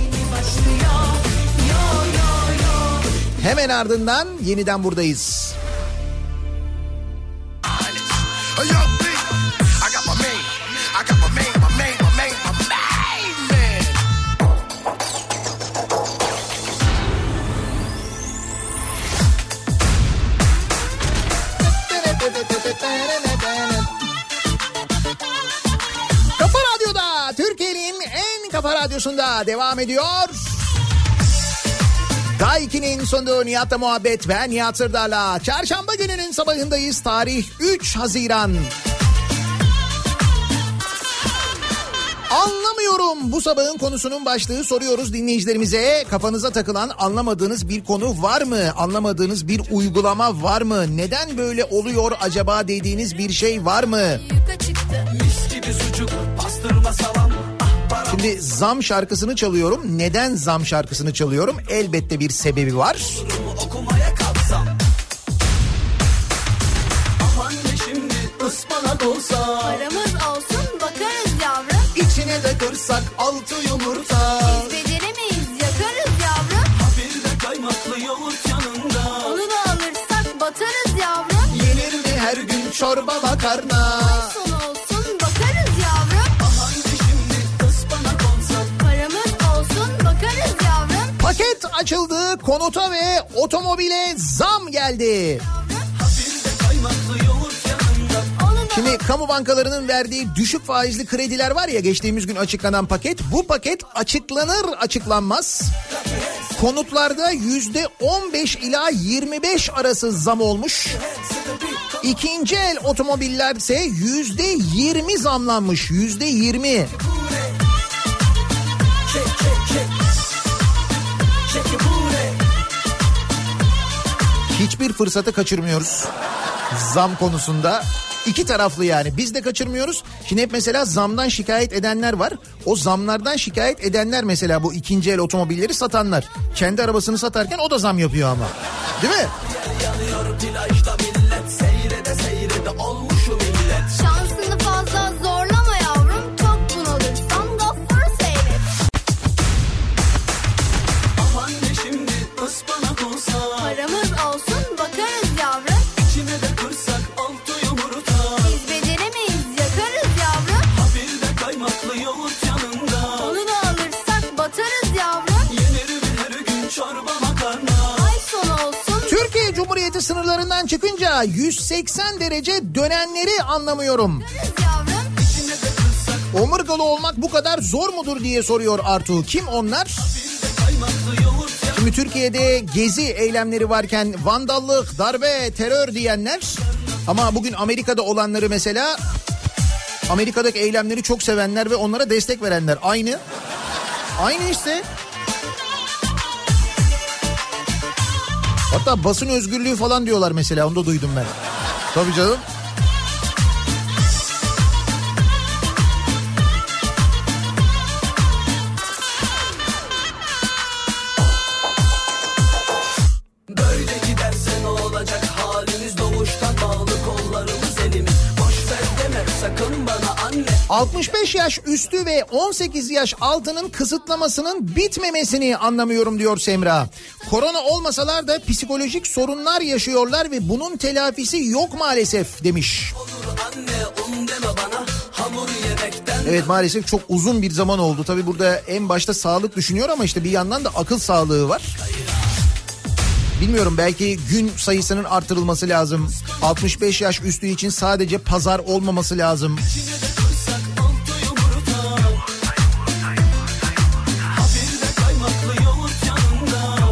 Hemen ardından yeniden buradayız. Kafa Radyo'da, Türkiye'nin en kafa radyosunda devam ediyor. Daiki'nin sonunda Nihat'la muhabbet, ben Nihat Sırdar'la. Çarşamba gününün sabahındayız, tarih üç Haziran. Anlamıyorum, bu sabahın konusunun başlığı, soruyoruz dinleyicilerimize. Kafanıza takılan, anlamadığınız bir konu var mı? Anlamadığınız bir uygulama var mı? Neden böyle oluyor acaba dediğiniz bir şey var mı? Şimdi zam şarkısını çalıyorum. Neden zam şarkısını çalıyorum? Elbette bir sebebi var. Paramız olsun bakarız yavrum. İçine de kırsak altı yumurta. Biz beceremeyiz yakarız yavrum. Bir de kaymaklı yoğurt yanında. Onu da alırsak batarız yavrum. Yenir mi her gün çorba makarna? Son olsun bakarız yavrum. Haydi şimdi ıspanak olsa. Paramız olsun bakarız yavrum. Paket açıldı, konuta ve otomobile zam geldi. Bir de kaymaklı yoğurt yanında. Onu da Şimdi kamu bankalarının verdiği düşük faizli krediler var ya, geçtiğimiz gün açıklanan paket. Bu paket açıklanır açıklanmaz konutlarda yüzde on beş ila yirmi beş arası zam olmuş. İkinci el otomobiller ise yüzde yirmi zamlanmış, yüzde yirmi. Hiçbir fırsatı kaçırmıyoruz zam konusunda. İki taraflı yani, biz de kaçırmıyoruz. Şimdi hep mesela zamdan şikayet edenler var. O zamlardan şikayet edenler mesela bu ikinci el otomobilleri satanlar. Kendi arabasını satarken o da zam yapıyor ama. Değil mi? Yanıyor plajda millet. Seyrede seyrede olmuşu millet. şansını fazla zorlama yavrum. Çok bunalırsan gaffuru seyret. Aman ne şimdi ıspanak olsa. Paramız olsun bakarız yavrum. İçine de kırsak altı yumurta. Biz beceremeyiz yakarız yavrum. Bir de kaymaklı yoğurt yanında. Onu da alırsak batarız yavrum. Yenir mi her gün çorba makarna. Ay son olsun Türkiye Cumhuriyeti sınırlarından çıkınca yüz seksen derece dönenleri anlamıyorum. bakarız yavrum. İçine de kırsak Omurgalı olmak bu kadar zor mudur diye soruyor Artu. Kim onlar? bir de kaymaklı yoğurt yanında. Şimdi Türkiye'de gezi eylemleri varken vandallık, darbe, terör diyenler, ama bugün Amerika'da olanları mesela, Amerika'daki eylemleri çok sevenler ve onlara destek verenler aynı. Aynı işte. Hatta basın özgürlüğü falan diyorlar mesela, onu da duydum ben. Tabii canım. Böyle giderse ne olacak halimiz, doğuştan bağlı kollarımız elimiz. Boş ver deme sakın bana anne. altmış beş yaş üstü ve on sekiz yaş altının kısıtlamasının bitmemesini anlamıyorum diyor Semra. Korona olmasalar da psikolojik sorunlar yaşıyorlar ve bunun telafisi yok maalesef demiş. Olur anne un deme bana hamur yemekten. Evet, maalesef çok uzun bir zaman oldu. Tabii burada en başta sağlık düşünüyor ama işte bir yandan da akıl sağlığı var. Bilmiyorum, belki gün sayısının artırılması lazım. altmış beş yaş üstü için sadece pazar olmaması lazım. İçine de kırsak altı yumurta. Bir de kaymaklı yoğurt yanında.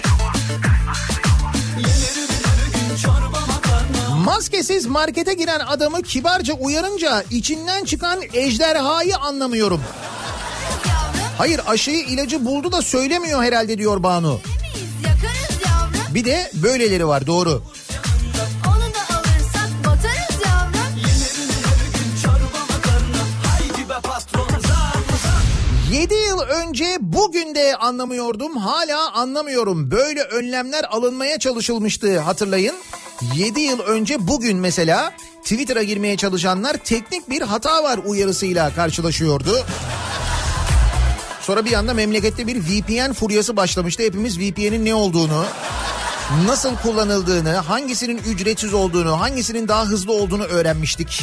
Yenir mi her gün çorba makarna. Maskesiz markete giren adamı kibarca uyarınca içinden çıkan ejderhayı anlamıyorum. Hayır, aşıyı ilacı buldu da söylemiyor herhalde diyor Banu. Biz yakarız yavrum. Bir de böyleleri var, doğru. Onu da alırsak batarız yavrum. Yenir mi her gün çorba makarna. Haydi be patron zam zam. yedi yıl önce bugün de anlamıyordum, hala anlamıyorum. Böyle önlemler alınmaya çalışılmıştı, hatırlayın. yedi yıl önce bugün mesela Twitter'a girmeye çalışanlar teknik bir hata var uyarısıyla karşılaşıyordu. Sonra bir anda memlekette bir V P N furyası başlamıştı. Hepimiz V P N'in ne olduğunu, nasıl kullanıldığını, hangisinin ücretsiz olduğunu, hangisinin daha hızlı olduğunu öğrenmiştik.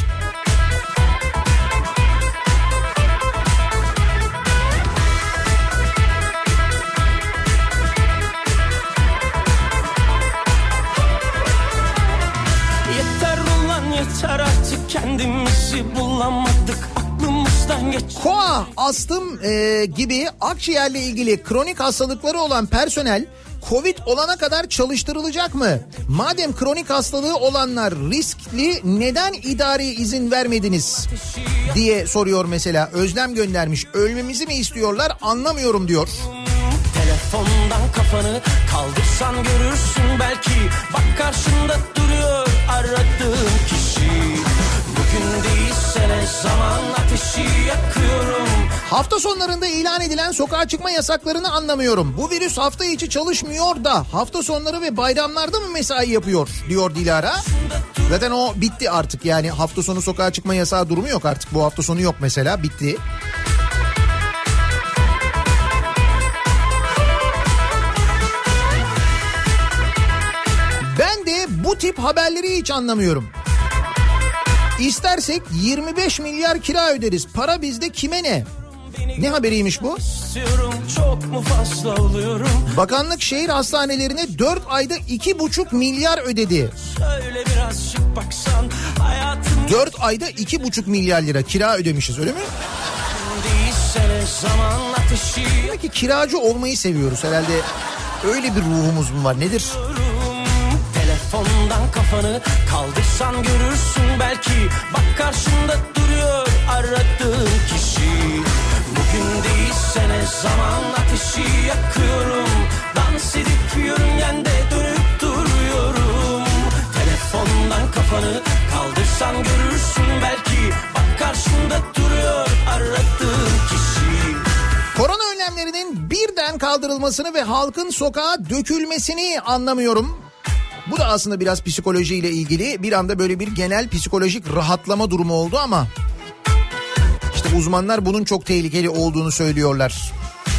Yeter ulan yeter artık, kendimizi bulamadık, aklımızdan geç. Koa, astım e, gibi akciğerle ilgili kronik hastalıkları olan personel Covid olana kadar çalıştırılacak mı? Madem kronik hastalığı olanlar riskli, neden idari izin vermediniz diye soruyor mesela. Özlem göndermiş. Ölmemizi mi istiyorlar anlamıyorum diyor. Telefondan kafanı kaldırsan görürsün belki, bak karşında duruyor aradığın kişi. Bugün değilse ne zaman ateşi yakıyorum. Hafta sonlarında ilan edilen sokağa çıkma yasaklarını anlamıyorum. Bu virüs hafta içi çalışmıyor da hafta sonları ve bayramlarda mı mesai yapıyor diyor Dilara. Zaten o bitti artık, yani hafta sonu sokağa çıkma yasağı durumu yok artık. Bu hafta sonu yok mesela, bitti. Bu tip haberleri hiç anlamıyorum. İstersek yirmi beş milyar kira öderiz. Para bizde, kime ne? Ne haberiymiş bu? Çok mu fazla oluyorum? Bakanlık şehir hastanelerine dört ayda iki buçuk milyar ödedi. Şöyle birazcık baksan hayatım. dört ayda iki buçuk milyar lira kira ödemişiz, öyle mi? Zaman ateşi. Demek ki kiracı olmayı seviyoruz herhalde. Öyle bir ruhumuz mu var, nedir? Telefondan kafanı kaldırsan görürsün belki. Bak karşında duruyor aradığın kişi. Bugün değilse ne zaman ateşi yakıyorum. Dans edip yörüngende dönüp duruyorum. Telefondan kafanı kaldırsan görürsün belki. Bak karşında duruyor aradığın kişi. Korona önlemlerinin birden kaldırılmasını ve halkın sokağa dökülmesini anlamıyorum. Bu da aslında biraz psikolojiyle ilgili. Bir anda böyle bir genel psikolojik rahatlama durumu oldu ama işte uzmanlar bunun çok tehlikeli olduğunu söylüyorlar.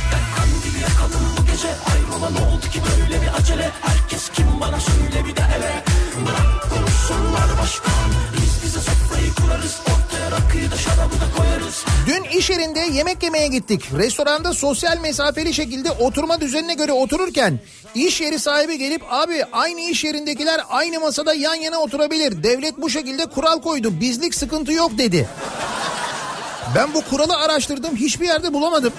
Dün iş yerinde yemek yemeye gittik. Restoranda sosyal mesafeli şekilde oturma düzenine göre otururken iş yeri sahibi gelip abi aynı iş yerindekiler aynı masada yan yana oturabilir. Devlet bu şekilde kural koydu. Bizlik sıkıntı yok dedi. Ben bu kuralı araştırdım, hiçbir yerde bulamadım.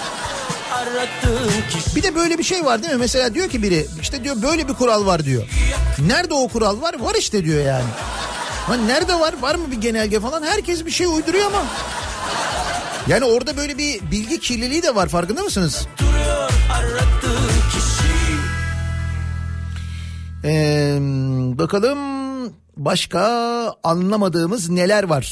Bir de böyle bir şey var değil mi? Mesela diyor ki biri işte diyor böyle bir kural var diyor. Nerede o kural var? Var işte diyor yani. Ha nerede var? Var mı bir genelge falan? Herkes bir şey uyduruyor ama. Yani orada böyle bir bilgi kirliliği de var, farkında mısınız? Ee, bakalım başka anlamadığımız neler var?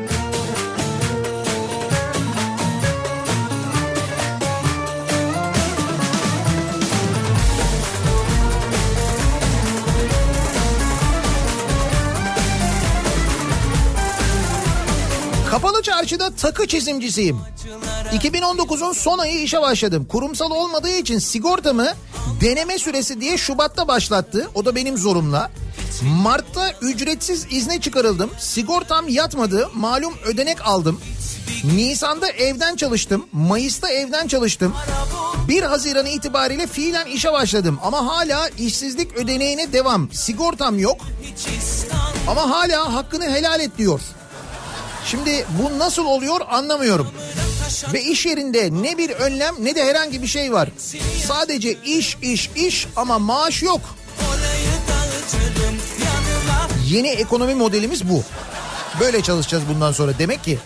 Kapalı Çarşı'da takı çizimcisiyim. iki bin on dokuzun son ayı işe başladım. Kurumsal olmadığı için sigortamı deneme süresi diye Şubat'ta başlattı. O da benim zorumla. Mart'ta ücretsiz izne çıkarıldım. Sigortam yatmadı. Malum ödenek aldım. Nisan'da evden çalıştım. Mayıs'ta evden çalıştım. bir Haziran itibariyle fiilen işe başladım. Ama hala işsizlik ödeneğine devam. Sigortam yok. Ama hala hakkını helal et diyor. Şimdi bu nasıl oluyor anlamıyorum. Ve iş yerinde ne bir önlem ne de herhangi bir şey var. Sadece iş iş iş ama maaş yok. Yeni ekonomi modelimiz bu. Böyle çalışacağız bundan sonra demek ki.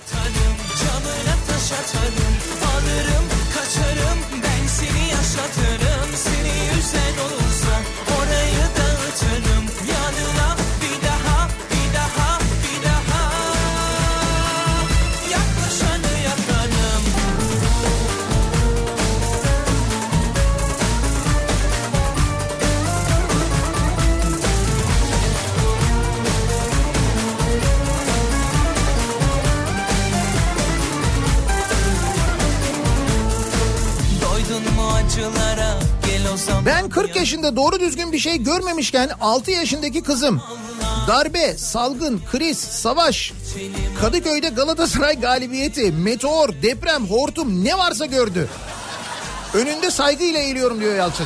Ben kırk yaşında doğru düzgün bir şey görmemişken altı yaşındaki kızım darbe, salgın, kriz, savaş, Kadıköy'de Galatasaray galibiyeti, meteor, deprem, hortum ne varsa gördü. Önünde saygıyla eğiliyorum diyor Yalçın.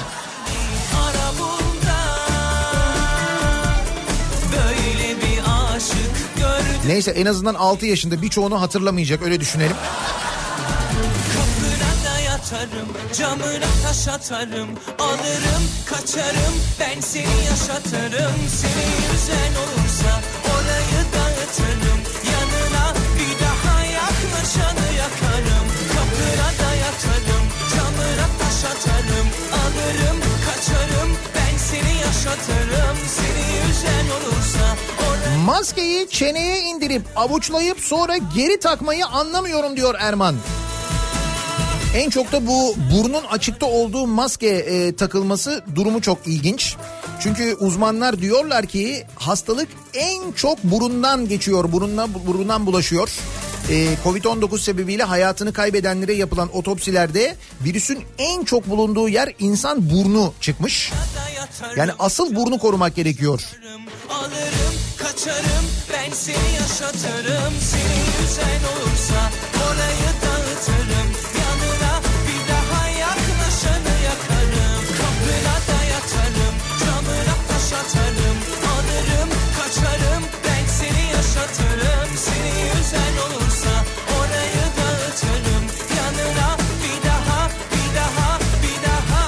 Neyse en azından altı yaşında, birçoğunu hatırlamayacak, öyle düşünelim. Atarım, camına taş atarım, alırım, kaçarım, ben seni yaşatırım. Seni yüzen olursa orayı dağıtırım, yanına bir daha yaklaşanı yakarım. Kapına da yatarım, camına taş atarım, alırım, kaçarım, ben seni yaşatırım. Seni yüzen olursa orayı... Maskeyi çeneye indirip avuçlayıp sonra geri takmayı anlamıyorum diyor Erman. En çok da bu burnun açıkta olduğu maske e, takılması durumu çok ilginç. Çünkü uzmanlar diyorlar ki hastalık en çok burundan geçiyor, burundan, burundan bulaşıyor. E, covid on dokuz sebebiyle hayatını kaybedenlere yapılan otopsilerde virüsün en çok bulunduğu yer insan burnu çıkmış. Yani asıl burnu korumak gerekiyor. Alırım kaçarım ben seni yaşatırım. Seni yüzen olursa orayı dağıtırım. Yanına bir daha yaklaşanı yakarım. Kapına da yatarım, camına taş atarım. Alırım kaçarım ben seni yaşatırım. Seni yüzen olursa orayı dağıtırım. Yanına bir daha bir daha bir daha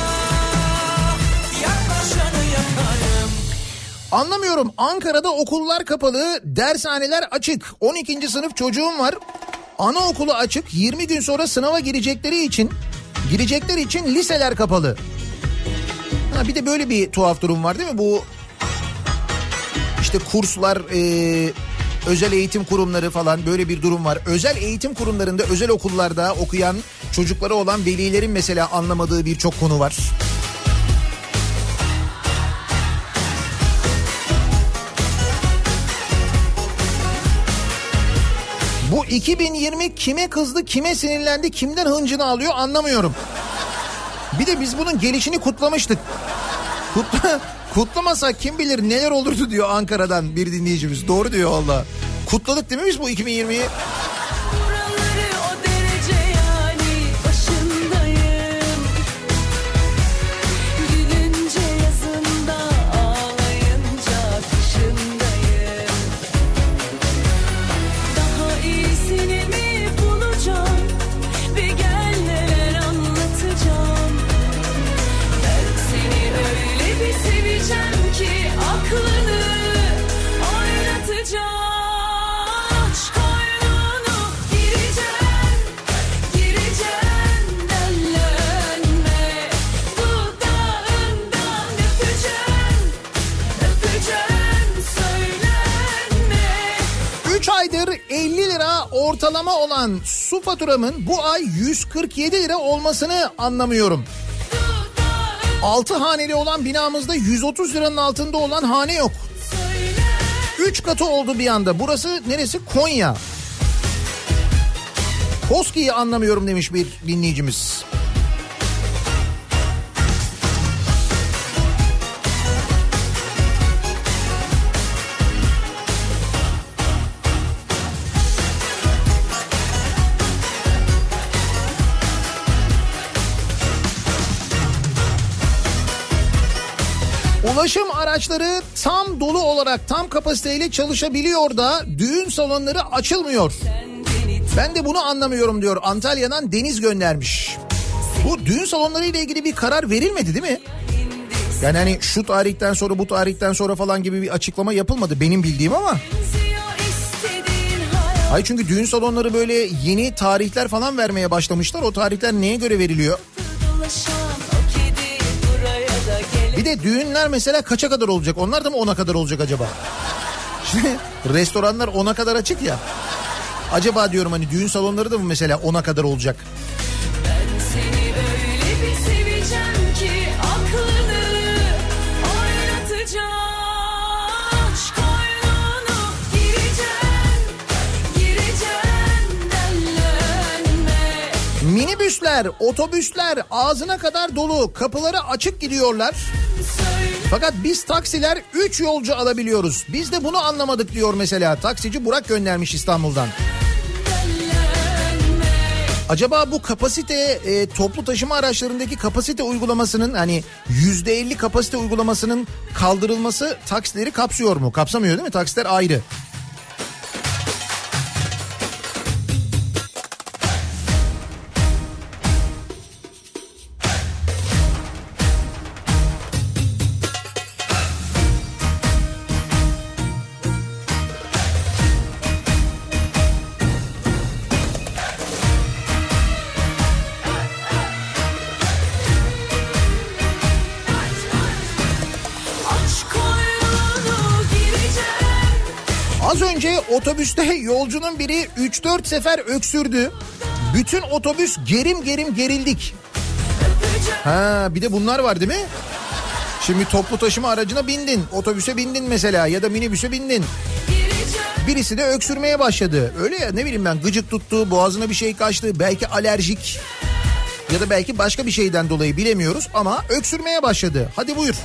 yaklaşanı yakarım. Anlamıyorum. Ankara'da okullar kapalı, dershaneler açık. on ikinci sınıf çocuğum var. Anaokulu açık. yirmi gün sonra sınava girecekleri için girecekler için liseler kapalı. Ha, bir de böyle bir tuhaf durum var değil mi? Bu işte kurslar, e, özel eğitim kurumları falan böyle bir durum var. Özel eğitim kurumlarında, özel okullarda okuyan çocukları olan velilerin mesela anlamadığı birçok konu var. Bu iki bin yirmi kime kızdı, kime sinirlendi, kimden hıncını alıyor anlamıyorum. Bir de biz bunun gelişini kutlamıştık. Kutla, kutlamasak kim bilir neler olurdu diyor Ankara'dan bir dinleyicimiz. Doğru diyor valla. Kutladık değil mi biz bu iki bin yirmiyi? Buraları o derece yani başındayım. Gülünce yazında, ağlayınca kışındayım. Daha iyisini mi bulacağım? Bir gel neler anlatacağım. Ben seni öyle bir seveceğim ki aklını oynatacağım. Aşk oyununu gireceğim, gireceğim dellenme. Dudağından öpeceğim, öpeceğim söylenme. üç aydır elli lira ortalama olan su faturamın bu ay yüz kırk yedi lira olmasını anlamıyorum. altı haneli olan binamızda yüz otuz liranın altında olan hane yok. üç katı oldu bir anda. Burası neresi? Konya. Koski'yi anlamıyorum demiş bir dinleyicimiz. Ulaşım araçları tam dolu olarak tam kapasiteyle çalışabiliyor da düğün salonları açılmıyor. Ben de bunu anlamıyorum diyor. Antalya'dan Deniz göndermiş. Bu düğün salonları ile ilgili bir karar verilmedi değil mi? Yani hani şu tarihten sonra bu tarihten sonra falan gibi bir açıklama yapılmadı benim bildiğim ama. Hayır çünkü düğün salonları böyle yeni tarihler falan vermeye başlamışlar. O tarihler neye göre veriliyor? Bir de düğünler mesela kaça kadar olacak? Onlar da mı ona kadar olacak acaba? Şimdi restoranlar ona kadar açık ya. Acaba diyorum hani düğün salonları da mı mesela ona kadar olacak? Ben seni öyle bir seveceğim ki aklını oynatacağım. Aşk oyununu gireceğim, gireceğim dellenme. Minibüsler, otobüsler ağzına kadar dolu, kapıları açık gidiyorlar. Fakat biz taksiler üç yolcu alabiliyoruz. Biz de bunu anlamadık diyor mesela. Taksici Burak göndermiş İstanbul'dan. Acaba bu kapasite e, toplu taşıma araçlarındaki kapasite uygulamasının hani yüzde elli kapasite uygulamasının kaldırılması taksileri kapsıyor mu? Kapsamıyor değil mi? Taksiler ayrı. Az önce otobüste yolcunun biri üç dört sefer öksürdü. Bütün otobüs gerim gerim gerildik. Ha bir de bunlar var değil mi? Şimdi toplu taşıma aracına bindin, otobüse bindin mesela ya da minibüse bindin. Birisi de öksürmeye başladı. Öyle ya, ne bileyim ben, gıcık tuttu, boğazına bir şey kaçtı, belki alerjik. Ya da belki başka bir şeyden dolayı bilemiyoruz ama öksürmeye başladı. Hadi buyur.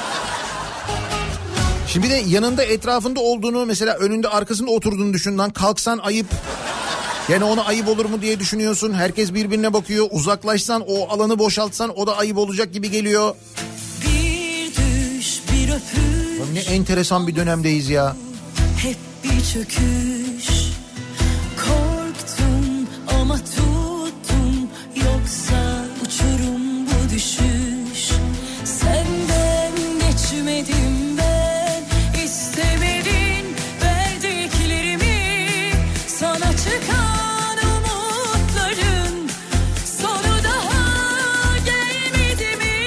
Şimdi de yanında etrafında olduğunu, mesela önünde arkasında oturduğunu düşün lan, kalksan ayıp. Yani ona ayıp olur mu diye düşünüyorsun. Herkes birbirine bakıyor. Uzaklaşsan, o alanı boşaltsan o da ayıp olacak gibi geliyor. Bir düş, bir öpüş. Ne enteresan bir dönemdeyiz ya. Hep bir çöküş. Korktum ama tuttum. Yoksa uçurum bu düşüş. Senden geçmedim ben. İstemedin verdiklerimi. Sana çıkan umutların sonu daha gelmedi mi?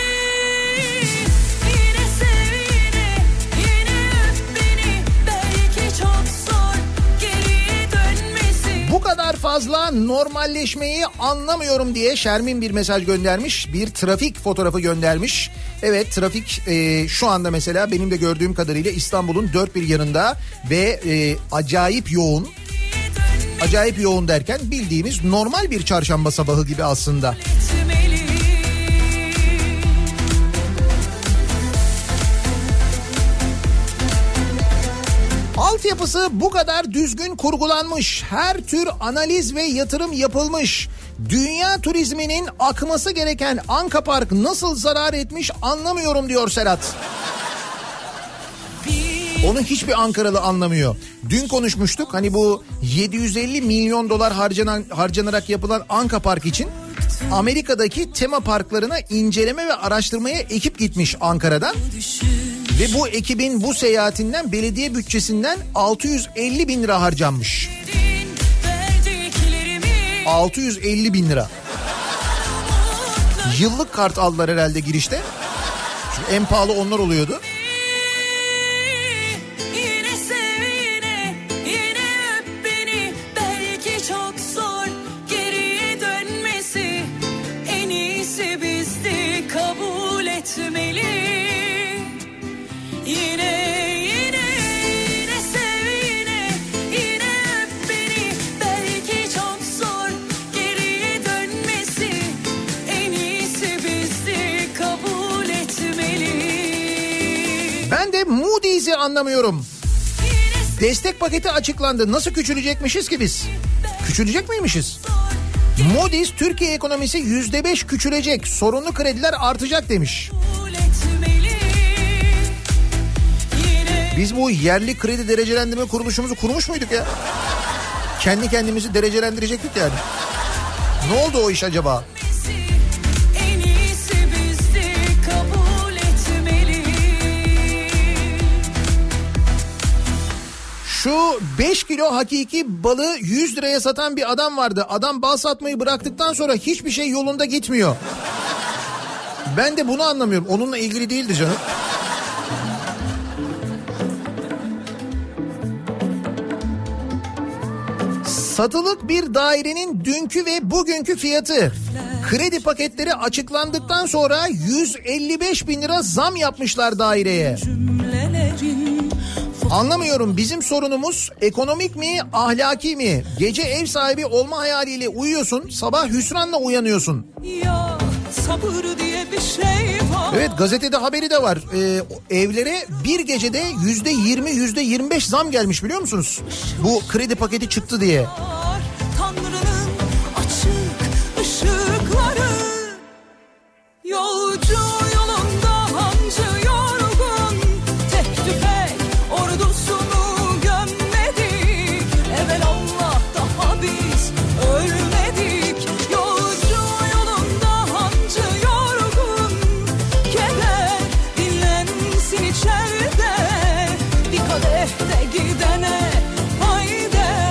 Yine sev yine, yine öp beni. Belki çok zor geriye dönmesi. Bu kadar fazla normalleşmeyi anlamıyorum diye Şermin bir mesaj göndermiş. Bir trafik fotoğrafı göndermiş. Evet, trafik e, şu anda mesela benim de gördüğüm kadarıyla İstanbul'un dört bir yanında ve e, acayip yoğun. Acayip yoğun derken bildiğimiz normal bir çarşamba sabahı gibi aslında. Altyapısı bu kadar düzgün kurgulanmış, her tür analiz ve yatırım yapılmış. Dünya turizminin akması gereken Anka Park nasıl zarar etmiş anlamıyorum diyor Serhat. Onu hiçbir Ankaralı anlamıyor. Dün konuşmuştuk, hani bu yedi yüz elli milyon dolar harcanan, harcanarak yapılan Anka Park için Amerika'daki tema parklarına inceleme ve araştırmaya ekip gitmiş Ankara'dan. Ve bu ekibin bu seyahatinden belediye bütçesinden altı yüz elli bin lira harcanmış. altı yüz elli bin lira. Yıllık kart aldılar herhalde girişte. Çünkü en pahalı onlar oluyordu. Yine sev yine, yine öp beni. Belki çok zor geriye dönmesi. En iyisi bizde kabul etmeli. Yine yine yine sev yine, yine öp beni. Belki çok zor geriye dönmesi. En iyisi bizde kabul etmeli. Ben de Moody's'i anlamıyorum. Destek paketi açıklandı. Nasıl küçülecekmişiz ki biz? Küçülecek miymişiz? Moody's Türkiye ekonomisi yüzde beş küçülecek. Sorunlu krediler artacak demiş. Biz bu yerli kredi derecelendirme kuruluşumuzu kurmuş muyduk ya? Kendi kendimizi derecelendirecektik yani. Ne oldu o iş acaba? En iyisi bizde kabul etmeli. Şu beş kilo hakiki balı yüz liraya satan bir adam vardı. Adam bal satmayı bıraktıktan sonra hiçbir şey yolunda gitmiyor. Ben de bunu anlamıyorum. Onunla ilgili değildi canım. Satılık bir dairenin dünkü ve bugünkü fiyatı, kredi paketleri açıklandıktan sonra yüz elli beş bin lira zam yapmışlar daireye. Anlamıyorum, bizim sorunumuz ekonomik mi, ahlaki mi? Gece ev sahibi olma hayaliyle uyuyorsun, sabah hüsranla uyanıyorsun. Ya sabır diye bir şey var. Evet, gazetede haberi de var. Ee, evlere bir gecede yüzde yirmi, yüzde yirmi beş zam gelmiş, biliyor musunuz? Bu kredi paketi çıktı diye. Tanrı'nın açık ışıkları. Yolcu yolunda hancı yorgun. Tek tüfek ordusunu gömmedik. Evelallah daha biz ölmedik. Yolcu yolunda hancı yorgun. Keder dinlensin içeride. Bir kadeh de gidene haydi.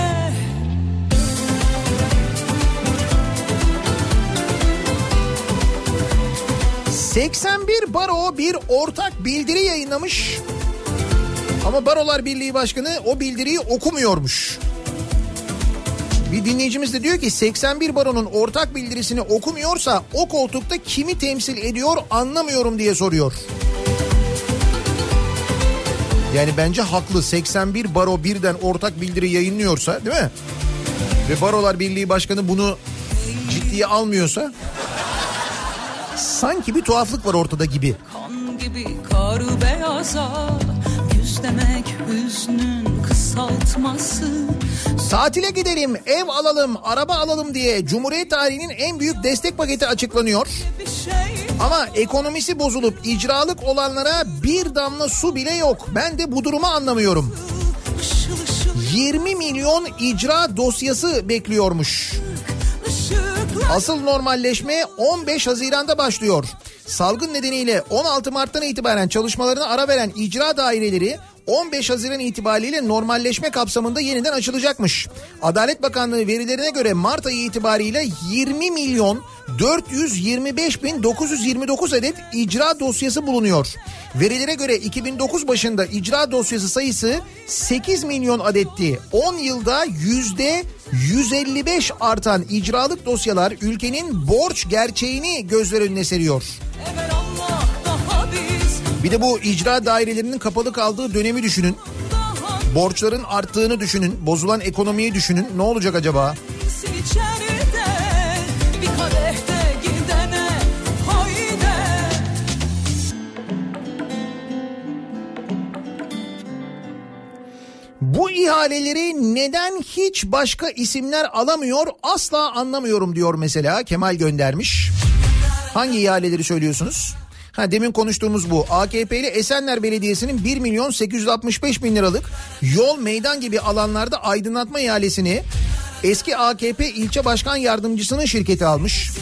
seksen bir baro bir ortak bildiri yayınlamış. Ama Barolar Birliği Başkanı o bildiriyi okumuyormuş. Bir dinleyicimiz de diyor ki seksen bir baronun ortak bildirisini okumuyorsa o koltukta kimi temsil ediyor anlamıyorum diye soruyor. Yani bence haklı. seksen bir baro birden ortak bildiri yayınlıyorsa, değil mi? Ve Barolar Birliği Başkanı bunu ciddiye almıyorsa Sanki bir tuhaflık var ortada gibi. Kan gibi kar beyaza, yüz demek hüznün kısaltması. Tatile gidelim, ev alalım, araba alalım diye Cumhuriyet tarihinin en büyük destek paketi açıklanıyor. Bir şey Ama ekonomisi bozulup icralık olanlara bir damla su bile yok. Ben de bu durumu anlamıyorum. ışıl ışıl yirmi milyon icra dosyası bekliyormuş. ışıklar. Asıl normalleşme on beş Haziran'da başlıyor. Salgın nedeniyle on altı Mart'tan itibaren çalışmalarına ara veren icra daireleri on beş Haziran itibariyle normalleşme kapsamında yeniden açılacakmış. Adalet Bakanlığı verilerine göre Mart ayı itibariyle yirmi milyon dört yüz yirmi beş bin dokuz yüz yirmi dokuz adet icra dosyası bulunuyor. Verilere göre iki bin dokuz başında icra dosyası sayısı sekiz milyon adetti. on yılda yüzde yüz elli beş artan icralık dosyalar ülkenin borç gerçeğini gözler önüne seriyor. Evvel Allah daha biz, Bir de bu icra dairelerinin kapalı kaldığı dönemi düşünün. daha Borçların arttığını düşünün. Bozulan ekonomiyi düşünün. Ne olacak acaba? biz içeride bir kadehte gidene hayde. Bu ihaleleri neden hiç başka isimler alamıyor asla anlamıyorum diyor mesela. Kemal göndermiş. Hangi ihaleleri söylüyorsunuz? Ha, demin konuştuğumuz bu. A K P'li Esenler Belediyesi'nin bir milyon sekiz yüz altmış beş bin liralık yol, meydan gibi alanlarda aydınlatma ihalesini eski A K P ilçe başkan yardımcısının şirketi almış.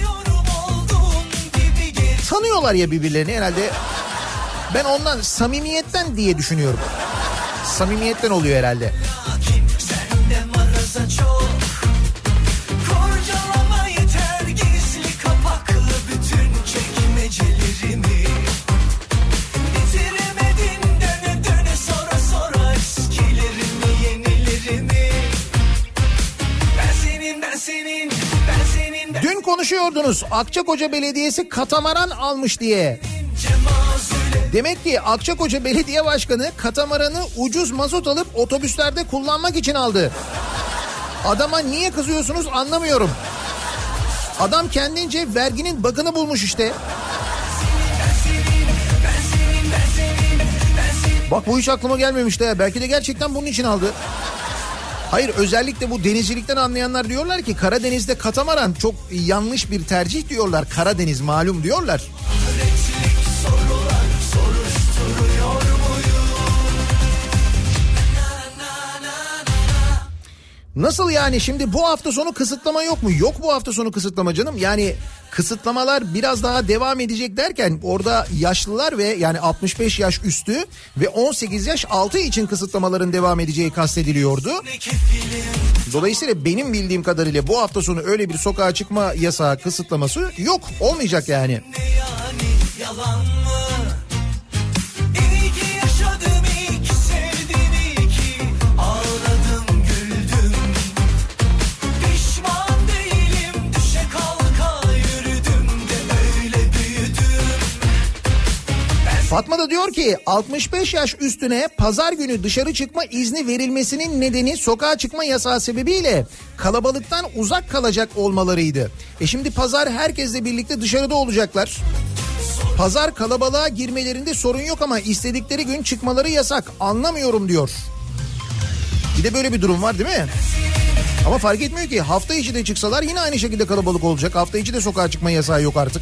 Tanıyorlar ya birbirlerini herhalde. Ben ondan, samimiyetten diye düşünüyorum. Samimiyetten oluyor herhalde. Sende maraza çok, kurcalama yeter, gizli kapaklı bütün çekmecelerimi. Bitiremedin döne döne sonra sonra eskilerimi yenilerimi. Ben senin ben senin ben senin ben Dün konuşuyordunuz Akçakoca Belediyesi katamaran almış diye. cemazüle. Demek ki Akçakoca Belediye Başkanı katamaranı ucuz mazot alıp otobüslerde kullanmak için aldı. Adama niye kızıyorsunuz anlamıyorum. Adam kendince verginin bug'ını bulmuş işte. Bak bu hiç aklıma gelmemişti ha. Belki de gerçekten bunun için aldı. Hayır, özellikle bu denizcilikten anlayanlar diyorlar ki Karadeniz'de katamaran çok yanlış bir tercih diyorlar. Karadeniz malum diyorlar. Nasıl yani, şimdi bu hafta sonu kısıtlama yok mu? Yok bu hafta sonu kısıtlama canım. Yani kısıtlamalar biraz daha devam edecek derken orada yaşlılar ve yani altmış beş yaş üstü ve on sekiz yaş altı için kısıtlamaların devam edeceği kastediliyordu. Dolayısıyla benim bildiğim kadarıyla bu hafta sonu öyle bir sokağa çıkma yasağı, kısıtlaması yok, olmayacak yani. Yani yalan mı? İyi ki yaşadım, iyi ki sevdim, iyi ki ağladım, güldüm. Pişman değilim, düşe kalka yürüdüm de böyle büyüdüm. Fatma da diyor ki altmış beş yaş üstüne pazar günü dışarı çıkma izni verilmesinin nedeni sokağa çıkma yasağı sebebiyle kalabalıktan uzak kalacak olmalarıydı. E şimdi pazar herkesle birlikte dışarıda olacaklar. Pazar kalabalığa girmelerinde sorun yok ama istedikleri gün çıkmaları yasak. Anlamıyorum diyor. Bir de böyle bir durum var değil mi? Ama fark etmiyor ki, hafta içi de çıksalar yine aynı şekilde kalabalık olacak. Hafta içi de sokağa çıkma yasağı yok artık.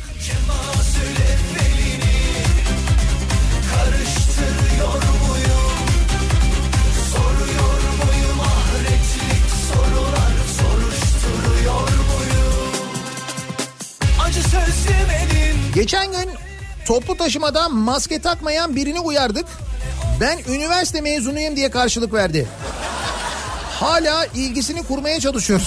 Geçen gün toplu taşımada maske takmayan birini uyardık. Ben üniversite mezunuyum diye karşılık verdi. Hala ilgisini kurmaya çalışıyoruz.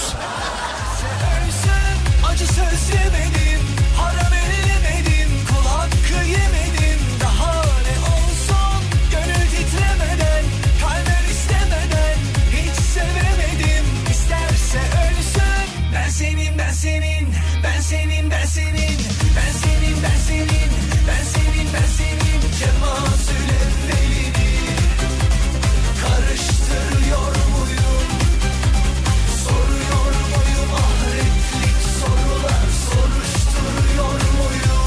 Acı söz yemedim, haram ellemedim, kul hakkı yemedim. Daha ne olsun, gönül titremeden, kalben istemeden, hiç sevemedim. İsterse ölsün, ben senin, ben senin, ben senin, ben senin, ben senin, ben senin, ben senin, ben senin. Cemazül evvelini karıştırıyor muyum? Soruyor muyum, ahretlik sorular soruşturuyor muyum?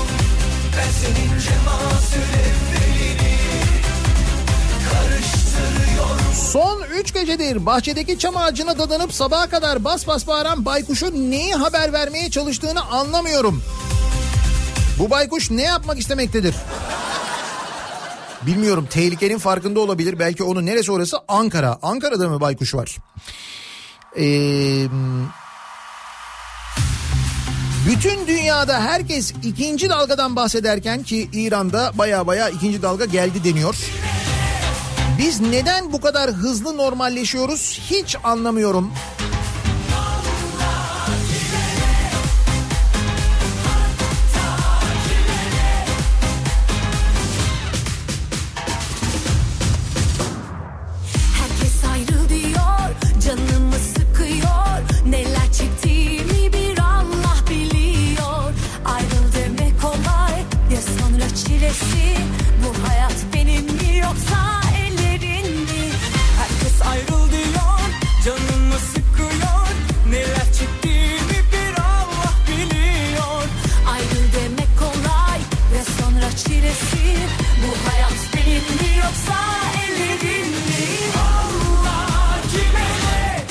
nedir? Bahçedeki çam ağacına dadanıp sabaha kadar bas bas bağıran baykuşun neyi haber vermeye çalıştığını anlamıyorum. Bu baykuş ne yapmak istemektedir? Bilmiyorum, tehlikenin farkında olabilir. Belki onun neresi orası? Ankara. Ankara'da mı baykuş var? Eee... Bütün dünyada herkes ikinci dalgadan bahsederken, ki İran'da baya baya ikinci dalga geldi deniyor. Biz neden bu kadar hızlı normalleşiyoruz hiç anlamıyorum. Herkes ayrı diyor, canımı sıkıyor. Neler çektiğimi bir Allah biliyor. Ayrıl demek kolay ya sonra çilesi. Bu hayat benim mi yoksa ellerin mi? Herkes ayrıl diyor, canımı sıkıyor. Neler çektiğimi bir Allah biliyor. Ayrıl demek kolay ya sonra çilesi. Bu hayat benim mi yoksa ellerin mi? Allah kime ne?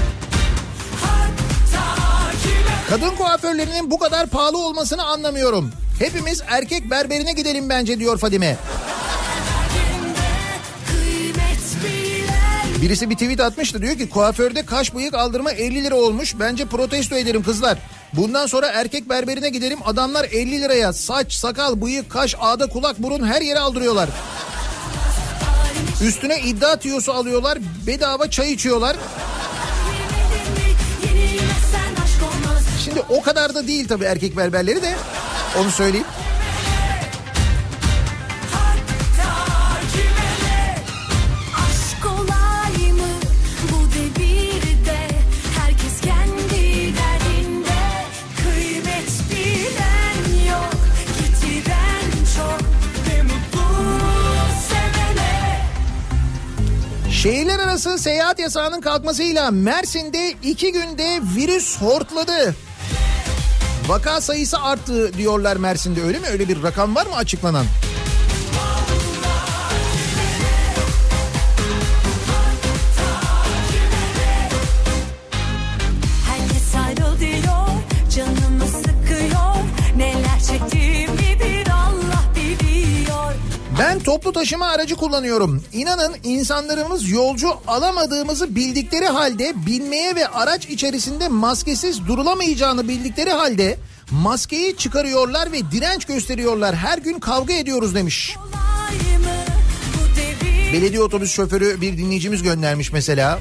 Hatta kime? Kadın kuaförlerinin bu kadar pahalı olmasını anlamıyorum. Hepimiz erkek berberine gidelim bence diyor Fadime. Birisi bir tweet atmıştı, diyor ki kuaförde kaş bıyık aldırma elli lira olmuş. Bence protesto ederim kızlar. Bundan sonra erkek berberine gidelim, adamlar elli liraya saç, sakal, bıyık, kaş, ağda, kulak, burun her yere aldırıyorlar. Üstüne iddia tüyosu alıyorlar, bedava çay içiyorlar. Şimdi o kadar da değil tabii erkek berberleri de, onu söyleyeyim. Şehirler arası seyahat yasağının kalkmasıyla Mersin'de iki günde virüs hortladı. Vaka sayısı arttı diyorlar Mersin'de, öyle mi? Öyle bir rakam var mı açıklanan? Herkes ayrıl diyor, canımı sıkıyor. Neler çektiğimi bir Allah biliyor. Ben toplu taşıma aracı kullanıyorum. İnanın insanlarımız yolcu alamadığımızı bildikleri halde, binmeye ve araç içerisinde maskesiz durulamayacağını bildikleri halde maskeyi çıkarıyorlar ve direnç gösteriyorlar. Her gün kavga ediyoruz demiş. Belediye otobüs şoförü bir dinleyicimiz göndermiş mesela.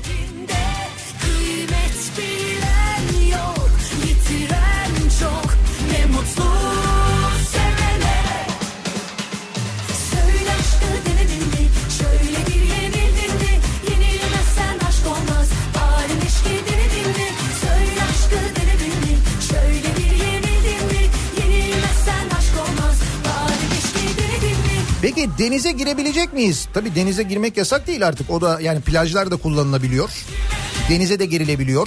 Peki denize girebilecek miyiz? Tabii denize girmek yasak değil artık. O da yani plajlar da kullanılabiliyor. Denize de girilebiliyor.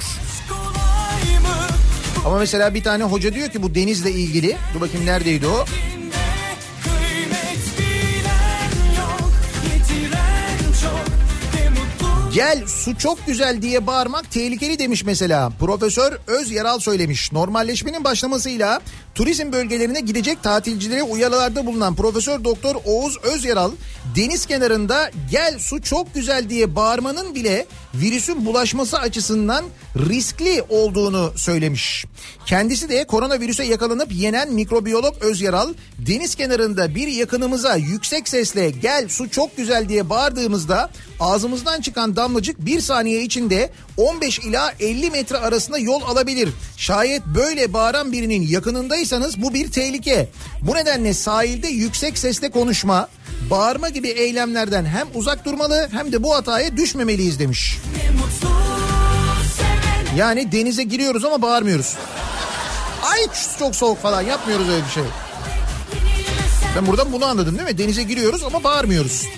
Ama mesela bir tane hoca diyor ki bu denizle ilgili. Dur bakayım neredeydi o? Gel su çok güzel diye bağırmak tehlikeli demiş mesela. Profesör Özyaral söylemiş. Normalleşmenin başlamasıyla turizm bölgelerine gidecek tatilcilere uyarılarda bulunan Profesör Doktor Oğuz Özyaral deniz kenarında gel su çok güzel diye bağırmanın bile virüsün bulaşması açısından riskli olduğunu söylemiş. Kendisi de koronavirüse yakalanıp yenen mikrobiyolog Özyaral, deniz kenarında bir yakınımıza yüksek sesle gel su çok güzel diye bağırdığımızda ağzımızdan çıkan damlacık bir saniye içinde on beş ila elli metre arasında yol alabilir. Şayet böyle bağıran birinin yakınındaysanız bu bir tehlike. Bu nedenle sahilde yüksek sesle konuşma, bağırma gibi eylemlerden hem uzak durmalı hem de bu hataya düşmemeliyiz demiş. Yani denize giriyoruz ama bağırmıyoruz. Ay çok soğuk falan yapmıyoruz öyle bir şey. Ben buradan bunu anladım değil mi? Denize giriyoruz ama bağırmıyoruz.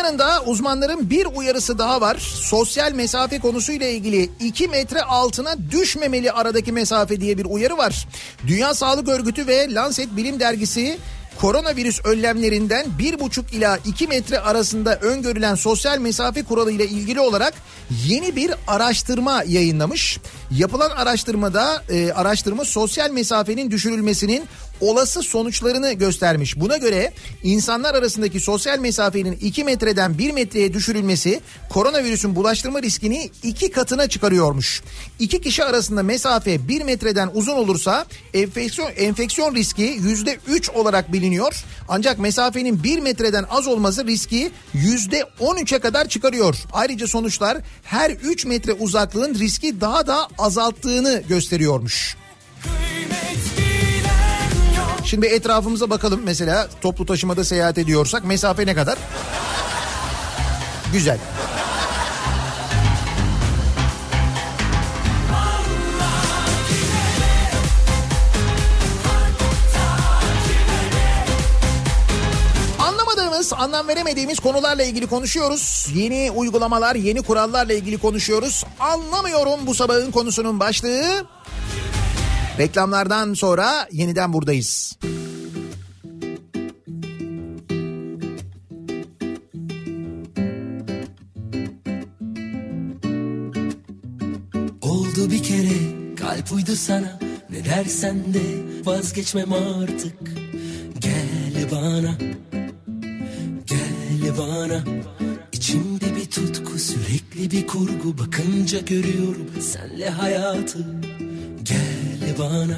yanında uzmanların bir uyarısı daha var. Sosyal mesafe konusuyla ilgili iki metre altına düşmemeli aradaki mesafe diye bir uyarı var. Dünya Sağlık Örgütü ve Lancet Bilim Dergisi koronavirüs önlemlerinden bir buçuk ila iki metre arasında öngörülen sosyal mesafe kuralı ile ilgili olarak yeni bir araştırma yayınlamış. Yapılan araştırmada e, araştırma sosyal mesafenin düşürülmesinin olası sonuçlarını göstermiş. Buna göre insanlar arasındaki sosyal mesafenin iki metreden bir metreye düşürülmesi koronavirüsün bulaştırma riskini iki katına çıkarıyormuş. İki kişi arasında mesafe bir metreden uzun olursa enfeksiyon, enfeksiyon riski yüzde üç olarak biliniyor. Ancak mesafenin bir metreden az olması riski yüzde on üçe kadar çıkarıyor. Ayrıca sonuçlar her üç metre uzaklığın riski daha da azalttığını gösteriyormuş. Şimdi etrafımıza bakalım, mesela toplu taşımada seyahat ediyorsak mesafe ne kadar? Güzel. Anlamadığımız, anlam veremediğimiz konularla ilgili konuşuyoruz. Yeni uygulamalar, yeni kurallarla ilgili konuşuyoruz. Anlamıyorum bu sabahın konusunun başlığı. Reklamlardan sonra yeniden buradayız. Oldu bir kere kalp uydu sana, ne dersen de vazgeçmem artık. Gel bana, gel bana. İçimde bir tutku, sürekli bir kurgu, bakınca görüyorum senle hayatı. Gel bana,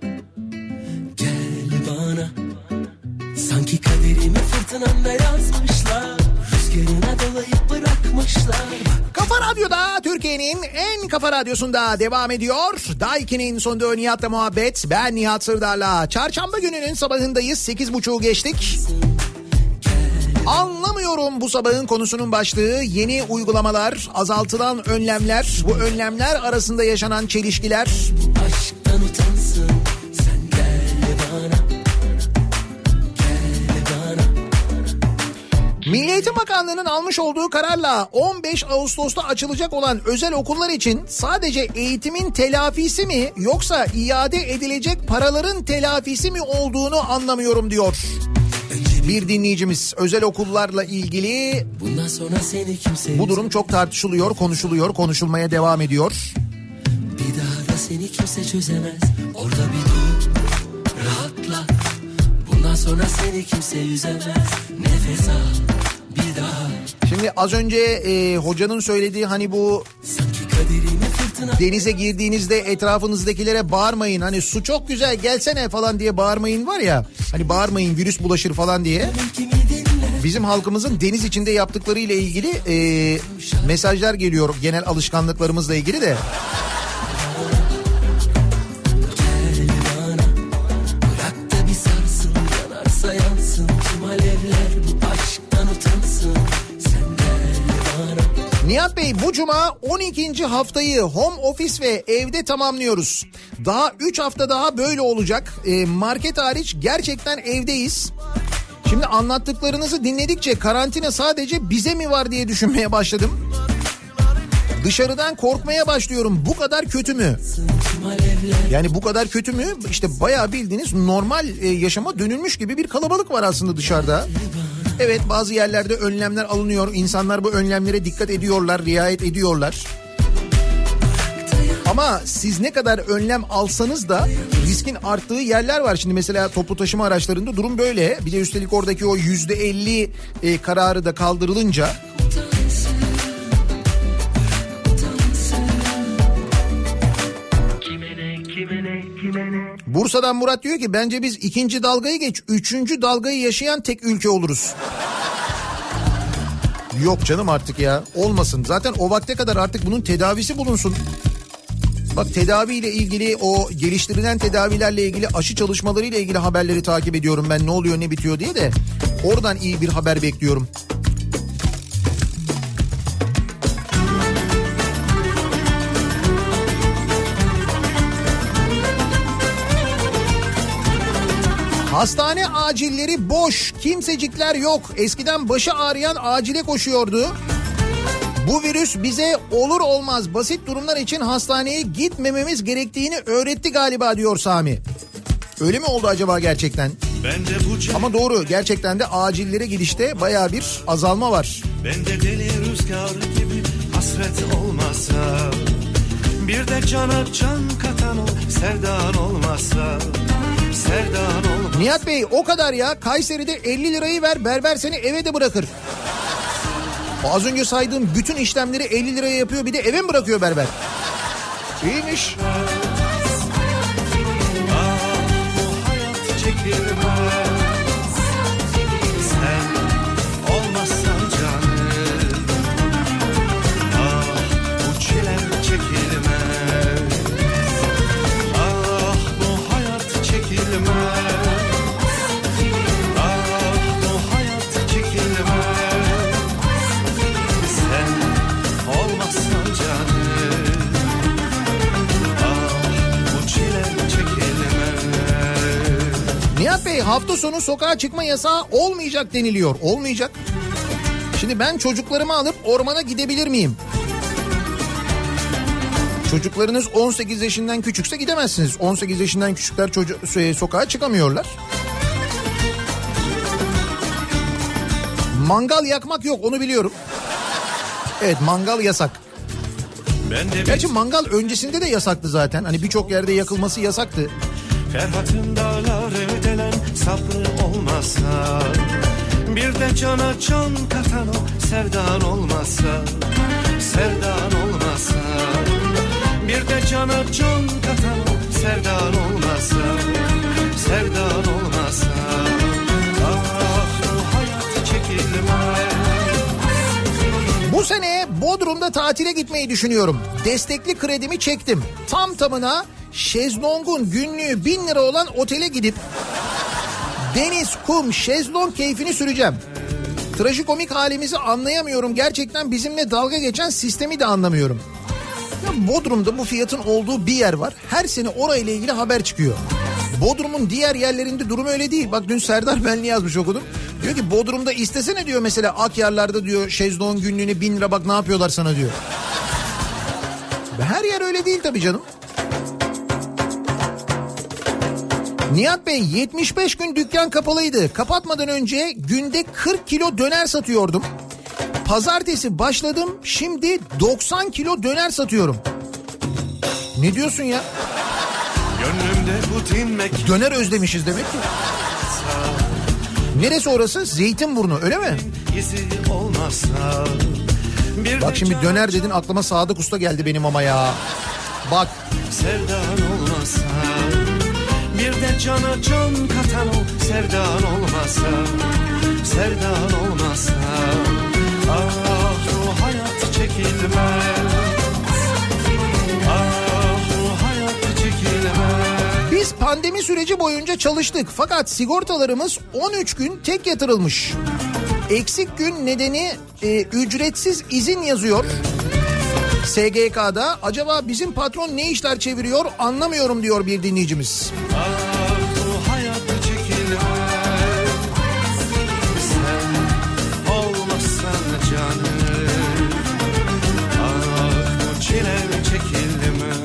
gel bana. Sanki kaderimi fırtınamda yazmışlar, rüzgarına dolayıp bırakmışlar. Kafa Radyo'da, Türkiye'nin en kafa radyosunda devam ediyor. Daiki'nin sonunda Nihat'la muhabbet. Ben Nihat Sırdar'la. Çarşamba gününün sabahındayız. sekiz buçuğu geçtik. Anlamıyorum bu sabahın konusunun başlığı. Yeni uygulamalar, azaltılan önlemler, bu önlemler arasında yaşanan çelişkiler. Aşktan utansın, sen gel bana, gel bana. Milli Eğitim Bakanlığı'nın almış olduğu kararla on beş Ağustos'ta açılacak olan özel okullar için sadece eğitimin telafisi mi yoksa iade edilecek paraların telafisi mi olduğunu anlamıyorum diyor. Bir dinleyicimiz. Özel okullarla ilgili Bundan sonra seni kimse bu durum çok tartışılıyor, konuşuluyor, konuşulmaya devam ediyor. Bir daha da seni kimse çözemez. Orada bir dur, rahatla. Bundan sonra seni kimse üzemez. Nefes al bir daha. Şimdi az önce e, hocanın söylediği hani bu Sanki kaderimi fırtına. denize girdiğinizde etrafınızdakilere bağırmayın. Hani su çok güzel gelsene falan diye bağırmayın var ya. Hani bağırmayın virüs bulaşır falan diye. Bizim halkımızın deniz içinde yaptıkları ile ilgili e, mesajlar geliyor genel alışkanlıklarımızla ilgili de. Gel bana, bırak da bir sarsın, yanarsa yansın. Tüm alevler bu aşktan utansın. Sen gel bana. Nihat Bey, bu cuma on ikinci haftayı home office ve evde tamamlıyoruz. Daha üç hafta daha böyle olacak. E, market hariç gerçekten evdeyiz. Şimdi anlattıklarınızı dinledikçe karantina sadece bize mi var diye düşünmeye başladım. Dışarıdan korkmaya başlıyorum. Bu kadar kötü mü? Yani bu kadar kötü mü? İşte bayağı bildiğiniz normal e, yaşama dönülmüş gibi bir kalabalık var aslında dışarıda. Evet, bazı yerlerde önlemler alınıyor. İnsanlar bu önlemlere dikkat ediyorlar, riayet ediyorlar. Ama siz ne kadar önlem alsanız da riskin arttığı yerler var. Şimdi mesela toplu taşıma araçlarında durum böyle. Bir de üstelik oradaki o yüzde elli e, kararı da kaldırılınca. Bursa'dan Murat diyor ki bence biz ikinci dalgayı geç, üçüncü dalgayı yaşayan tek ülke oluruz. Yok canım artık ya, olmasın. Zaten o vakte kadar artık bunun tedavisi bulunsun. Bak, tedaviyle ilgili, o geliştirilen tedavilerle ilgili, aşı çalışmalarıyla ilgili haberleri takip ediyorum ben, ne oluyor ne bitiyor diye de. Oradan iyi bir haber bekliyorum. Hastane acilleri boş, kimsecikler yok. Eskiden başı ağrıyan acile koşuyordu. Bu virüs bize olur olmaz basit durumlar için hastaneye gitmememiz gerektiğini öğretti galiba diyor Sami. Öyle mi oldu acaba gerçekten? Ama doğru, gerçekten de acillere gidişte baya bir azalma var. Bende deli rüzgar gibi hasret olmasa, bir de cana can katan o sevdan olmasa, sevdan olmasa. Nihat Bey o kadar ya, Kayseri'de elli lirayı ver, berber seni eve de bırakır. Az önce saydığım bütün işlemleri elli liraya yapıyor, bir de eve mi bırakıyor berber? İyiymiş. Sen olmazsan canım, ah bu çilem çekilmez, ah bu hayat çekilmez, ah bu hayat çekilmez. Sen olmazsan canım, ah bu çilem çekilmez. Nihat Bey hafta sonu sokağa çıkma yasağı olmayacak deniliyor. Olmayacak. Şimdi ben çocuklarımı alıp ormana gidebilir miyim? Çocuklarınız on sekiz yaşından küçükse gidemezsiniz. on sekiz yaşından küçükler çocuk, sokağa çıkamıyorlar. Mangal yakmak yok, onu biliyorum. Evet, mangal yasak. Gerçi mangal öncesinde de yasaktı zaten. Hani birçok yerde yakılması yasaktı. Ferhat'ın dağları delen sabrı olmasa, bir de cana can katan o sevdan olmasa, sevdan olmasa, bir de cana can katan o sevdan olmasa, sevdan olmasa, ah bu hayat çekilmez. Bu sene Bodrum'da tatile gitmeyi düşünüyorum. Destekli kredimi çektim. Tam tamına şezlongun günlüğü bin lira olan otele gidip deniz, kum, şezlong keyfini süreceğim. Trajikomik halimizi anlayamıyorum. Gerçekten bizimle dalga geçen sistemi de anlamıyorum. Ya Bodrum'da bu fiyatın olduğu bir yer var. Her sene orayla ilgili haber çıkıyor. Bodrum'un diğer yerlerinde durum öyle değil. Bak dün Serdar Benli yazmış, okudum. Diyor ki Bodrum'da istesene diyor, mesela Akyarlar'da diyor şezlong günlüğüne bin lira, bak ne yapıyorlar sana diyor. Her yer öyle değil tabii canım. Nihat Bey yetmiş beş gün dükkan kapalıydı. Kapatmadan önce günde kırk kilo döner satıyordum. Pazartesi başladım, şimdi doksan kilo döner satıyorum. Ne diyorsun ya? Gönlümde bu dinmek. Döner özlemişiz demek ki. Neresi orası? Zeytinburnu, öyle mi? İzi olmazsa, bir Bak şimdi döner dedin, aklıma Sadık Usta geldi benim ama ya. Bak. sevdan olmazsa, bir de cana can katan o sevdan olmazsa, sevdan olmazsa, ah bu hayat çekilmez, ah bu hayat çekilmez. Biz pandemi süreci boyunca çalıştık fakat sigortalarımız on üç gün tek yatırılmış. Eksik gün nedeni e, ücretsiz izin yazıyor S G K'da. Acaba bizim patron ne işler çeviriyor anlamıyorum diyor bir dinleyicimiz. Ah bu hayat çekilmez, sen olmazsan canım, ah bu çilem çekilmez.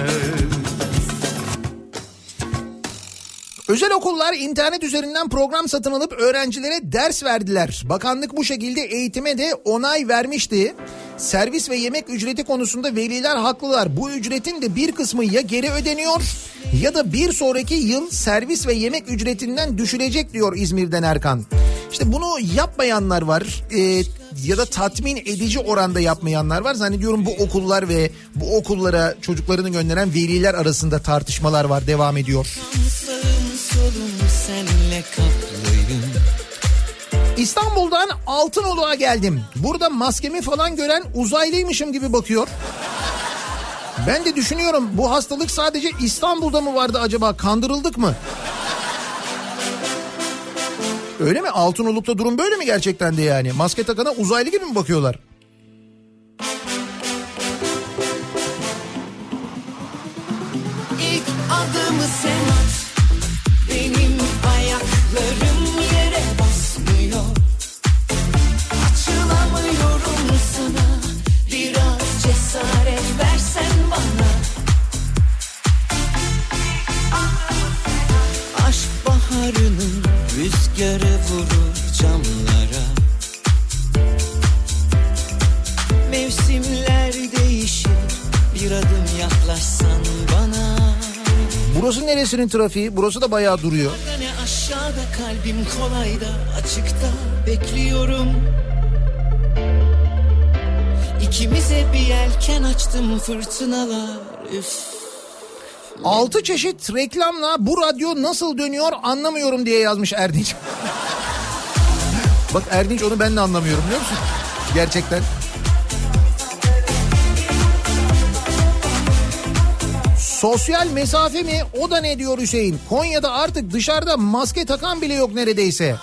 Özel okullar internet üzerinden program satın alıp öğrencilere ders verdiler. Bakanlık bu şekilde eğitime de onay vermişti. Servis ve yemek ücreti konusunda veliler haklılar. Bu ücretin de bir kısmı ya geri ödeniyor ya da bir sonraki yıl servis ve yemek ücretinden düşülecek diyor İzmir'den Erkan. İşte bunu yapmayanlar var e, ya da tatmin edici oranda yapmayanlar var. Zannediyorum bu okullar ve bu okullara çocuklarını gönderen veliler arasında tartışmalar var, devam ediyor. İstanbul'dan Altınoluk'a geldim. Burada maskemi falan gören uzaylıymışım gibi bakıyor. Ben de düşünüyorum, bu hastalık sadece İstanbul'da mı vardı acaba? Kandırıldık mı? Öyle mi? Altınoluk'ta durum böyle mi gerçekten de yani? Maske takana uzaylı gibi mi bakıyorlar? İlk adımı sen at, benim ayak Burası neresinin trafiği? Burası da bayağı duruyor. Ne aşağıda kalbim kolayda açıkta bekliyorum. İkimize bir yelken açtım fırtınalar üf. Altı çeşit reklamla bu radyo nasıl dönüyor anlamıyorum diye yazmış Erdinç. Bak Erdinç, onu ben de anlamıyorum biliyor musun? Gerçekten. Sosyal mesafe mi? O da ne diyor Hüseyin? Konya'da artık dışarıda maske takan bile yok neredeyse.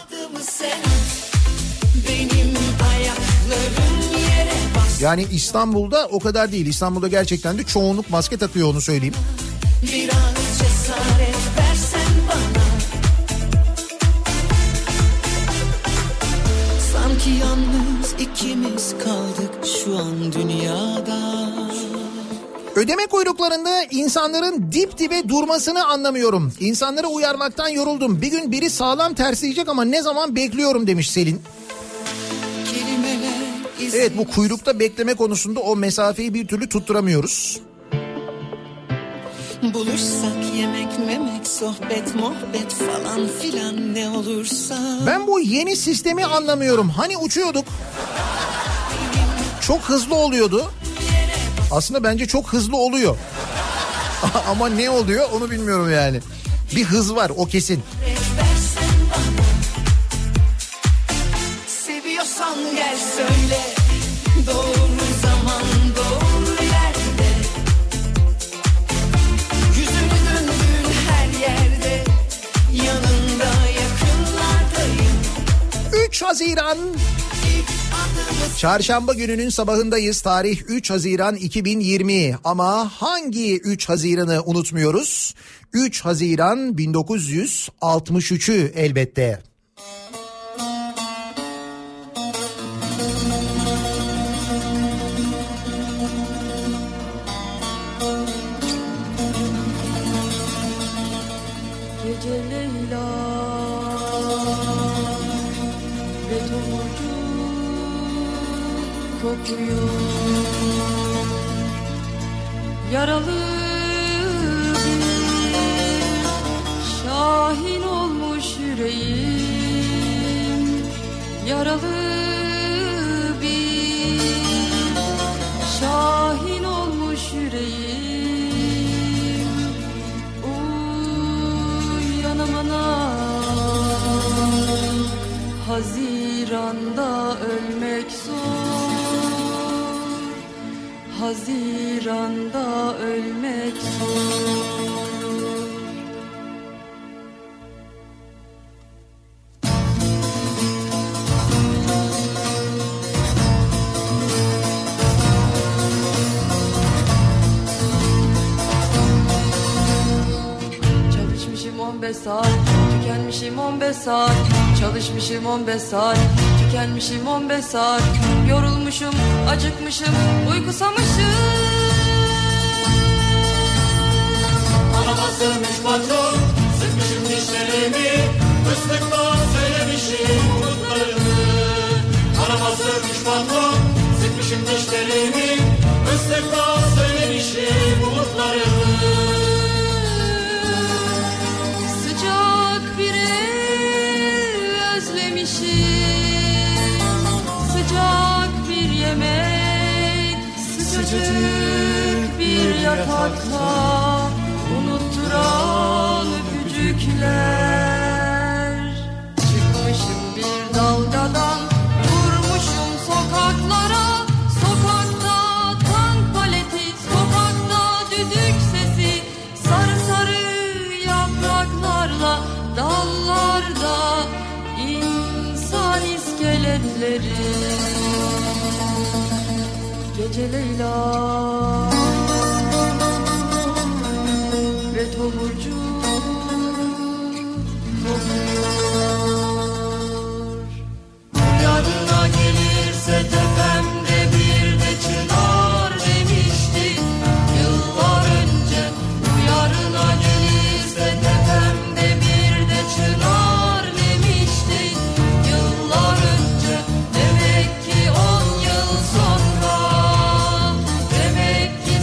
Yani İstanbul'da o kadar değil. İstanbul'da gerçekten de çoğunluk maske takıyor, onu söyleyeyim. Biraz cesaret versen bana. Sanki yalnız ikimiz kaldık şu an dünyada. Ödeme kuyruklarında insanların dip dibe durmasını anlamıyorum. İnsanları uyarmaktan yoruldum. Bir gün biri sağlam tersleyecek ama ne zaman bekliyorum demiş Selin. Evet, bu kuyrukta bekleme konusunda o mesafeyi bir türlü tutturamıyoruz. Buluşsak yemek memek sohbet muhabbet falan filan ne olursa. Ben bu yeni sistemi anlamıyorum. Hani uçuyorduk. Çok hızlı oluyordu. Aslında bence çok hızlı oluyor. Ama ne oluyor onu bilmiyorum yani. Bir hız var, o kesin. Seviyorsan gel söyle. Doğru zaman doğru yerde. Yüzünü döndüğün her yerde. Yanında yakınlardayım. üç Haziran Çarşamba gününün sabahındayız. Tarih üç Haziran iki bin yirmi. Ama hangi üç Haziran'ı unutmuyoruz? üç Haziran bin dokuz yüz altmış üçü elbette. Gece Leyla ve tomurcu kokuyor. Yaralı bir şahin olmuş yüreğim. Yaralı bir şahin olmuş yüreğim. Uyanamana Haziran'da ölmek zor. Haziran'da ölmek zor. Çalışmışım on beş saat, tükenmişim on beş saat. Çalışmışım on beş saat, tükenmişim on beş saat. Yorulmuşum, acıkmışım, uykusamışım. Araba sığmış patron, sıkmışım dişlerimi. Fıstıktan söylemişim umutlarımı. Araba sığmış patron, sıkmışım dişlerimi. Fıstıktan söylemişim umutlarımı. Sıcak bir ev özlemişim. Sıcak bir yemek, sıcacık bir yatakta unutturan öpücükler. Çıkmışım bir dalgadan, vurmuşum sokaklara. Sokakta tank paleti, sokakta düdük sesi. Sarı sarı yapraklarla dallarda insan iskeletleri. Gece Leyla ve tomurcu kokuyor. Yarına gelirse tepemde bir de çınar demişti yıllar önce. Bu yarına gelirse tepemde bir de çınar demişti yıllar önce. Demek ki on yıl sonra, demek ki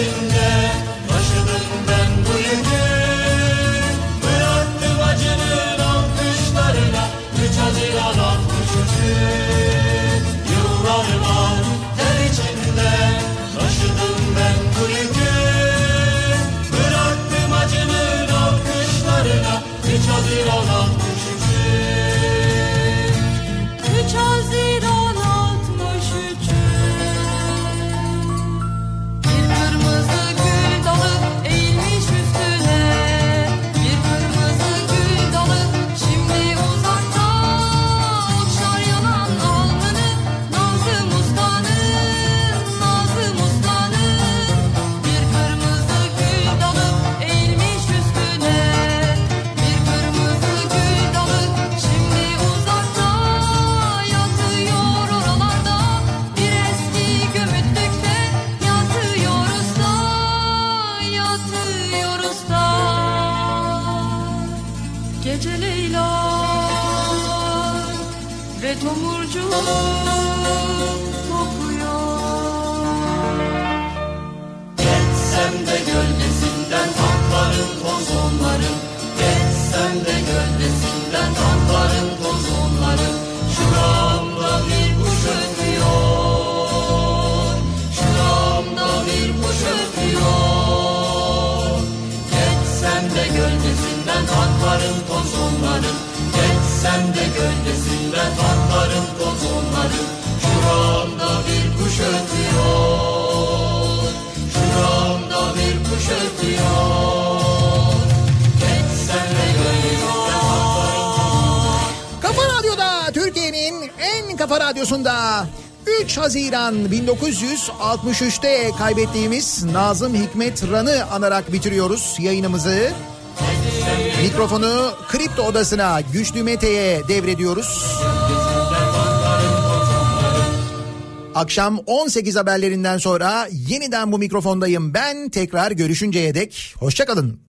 içinde taşıdım ben bu yükü. Bıraktım acının alkışlarına, üç Haziran altmış üçü. Yıllarım al ter içinde taşıdım ben bu yükü. Bıraktım acının alkışlarına, üç Haziran altmış üçü. üç Haziran altmış üçü. Bir kırmızı gül dalı eğilmiş üstüne. Bir kırmızı gül dalı şimdi uzakta. Okşar yanan alnını Nazım Usta'nın, Nazım Usta'nın. Bir kırmızı gül dalı eğilmiş üstüne. Bir kırmızı gül dalı şimdi uzakta. Yatıyor oralarda bir eski gömütlükte. Yatıyor usta, yatıyor usta. Gece Leyla ve tomurcuk kokuyor. Geçsem de gölgesinden tankların toz onların. Geçsem de gölgesinden tankların toz onların. Şuramda bir kuş ötüyor. Şuramda bir kuş ötüyor. Geçsem de gölgesinden tankların toz onların. Geçsem de gölgesinden tankların toz onların. Şuramda bir kuş ötüyor. Şuramda bir kuş ötüyor. Geçsem de gölgesinden tankların. Kafa Radyo'da, Türkiye'nin en kafa radyosunda üç Haziran bin dokuz yüz altmış üçte kaybettiğimiz Nazım Hikmet Ran'ı anarak bitiriyoruz yayınımızı. Mikrofonu Kripto Odası'na, Güçlü Mete'ye devrediyoruz. Akşam on sekiz haberlerinden sonra yeniden bu mikrofondayım ben. Tekrar görüşünceye dek hoşça kalın.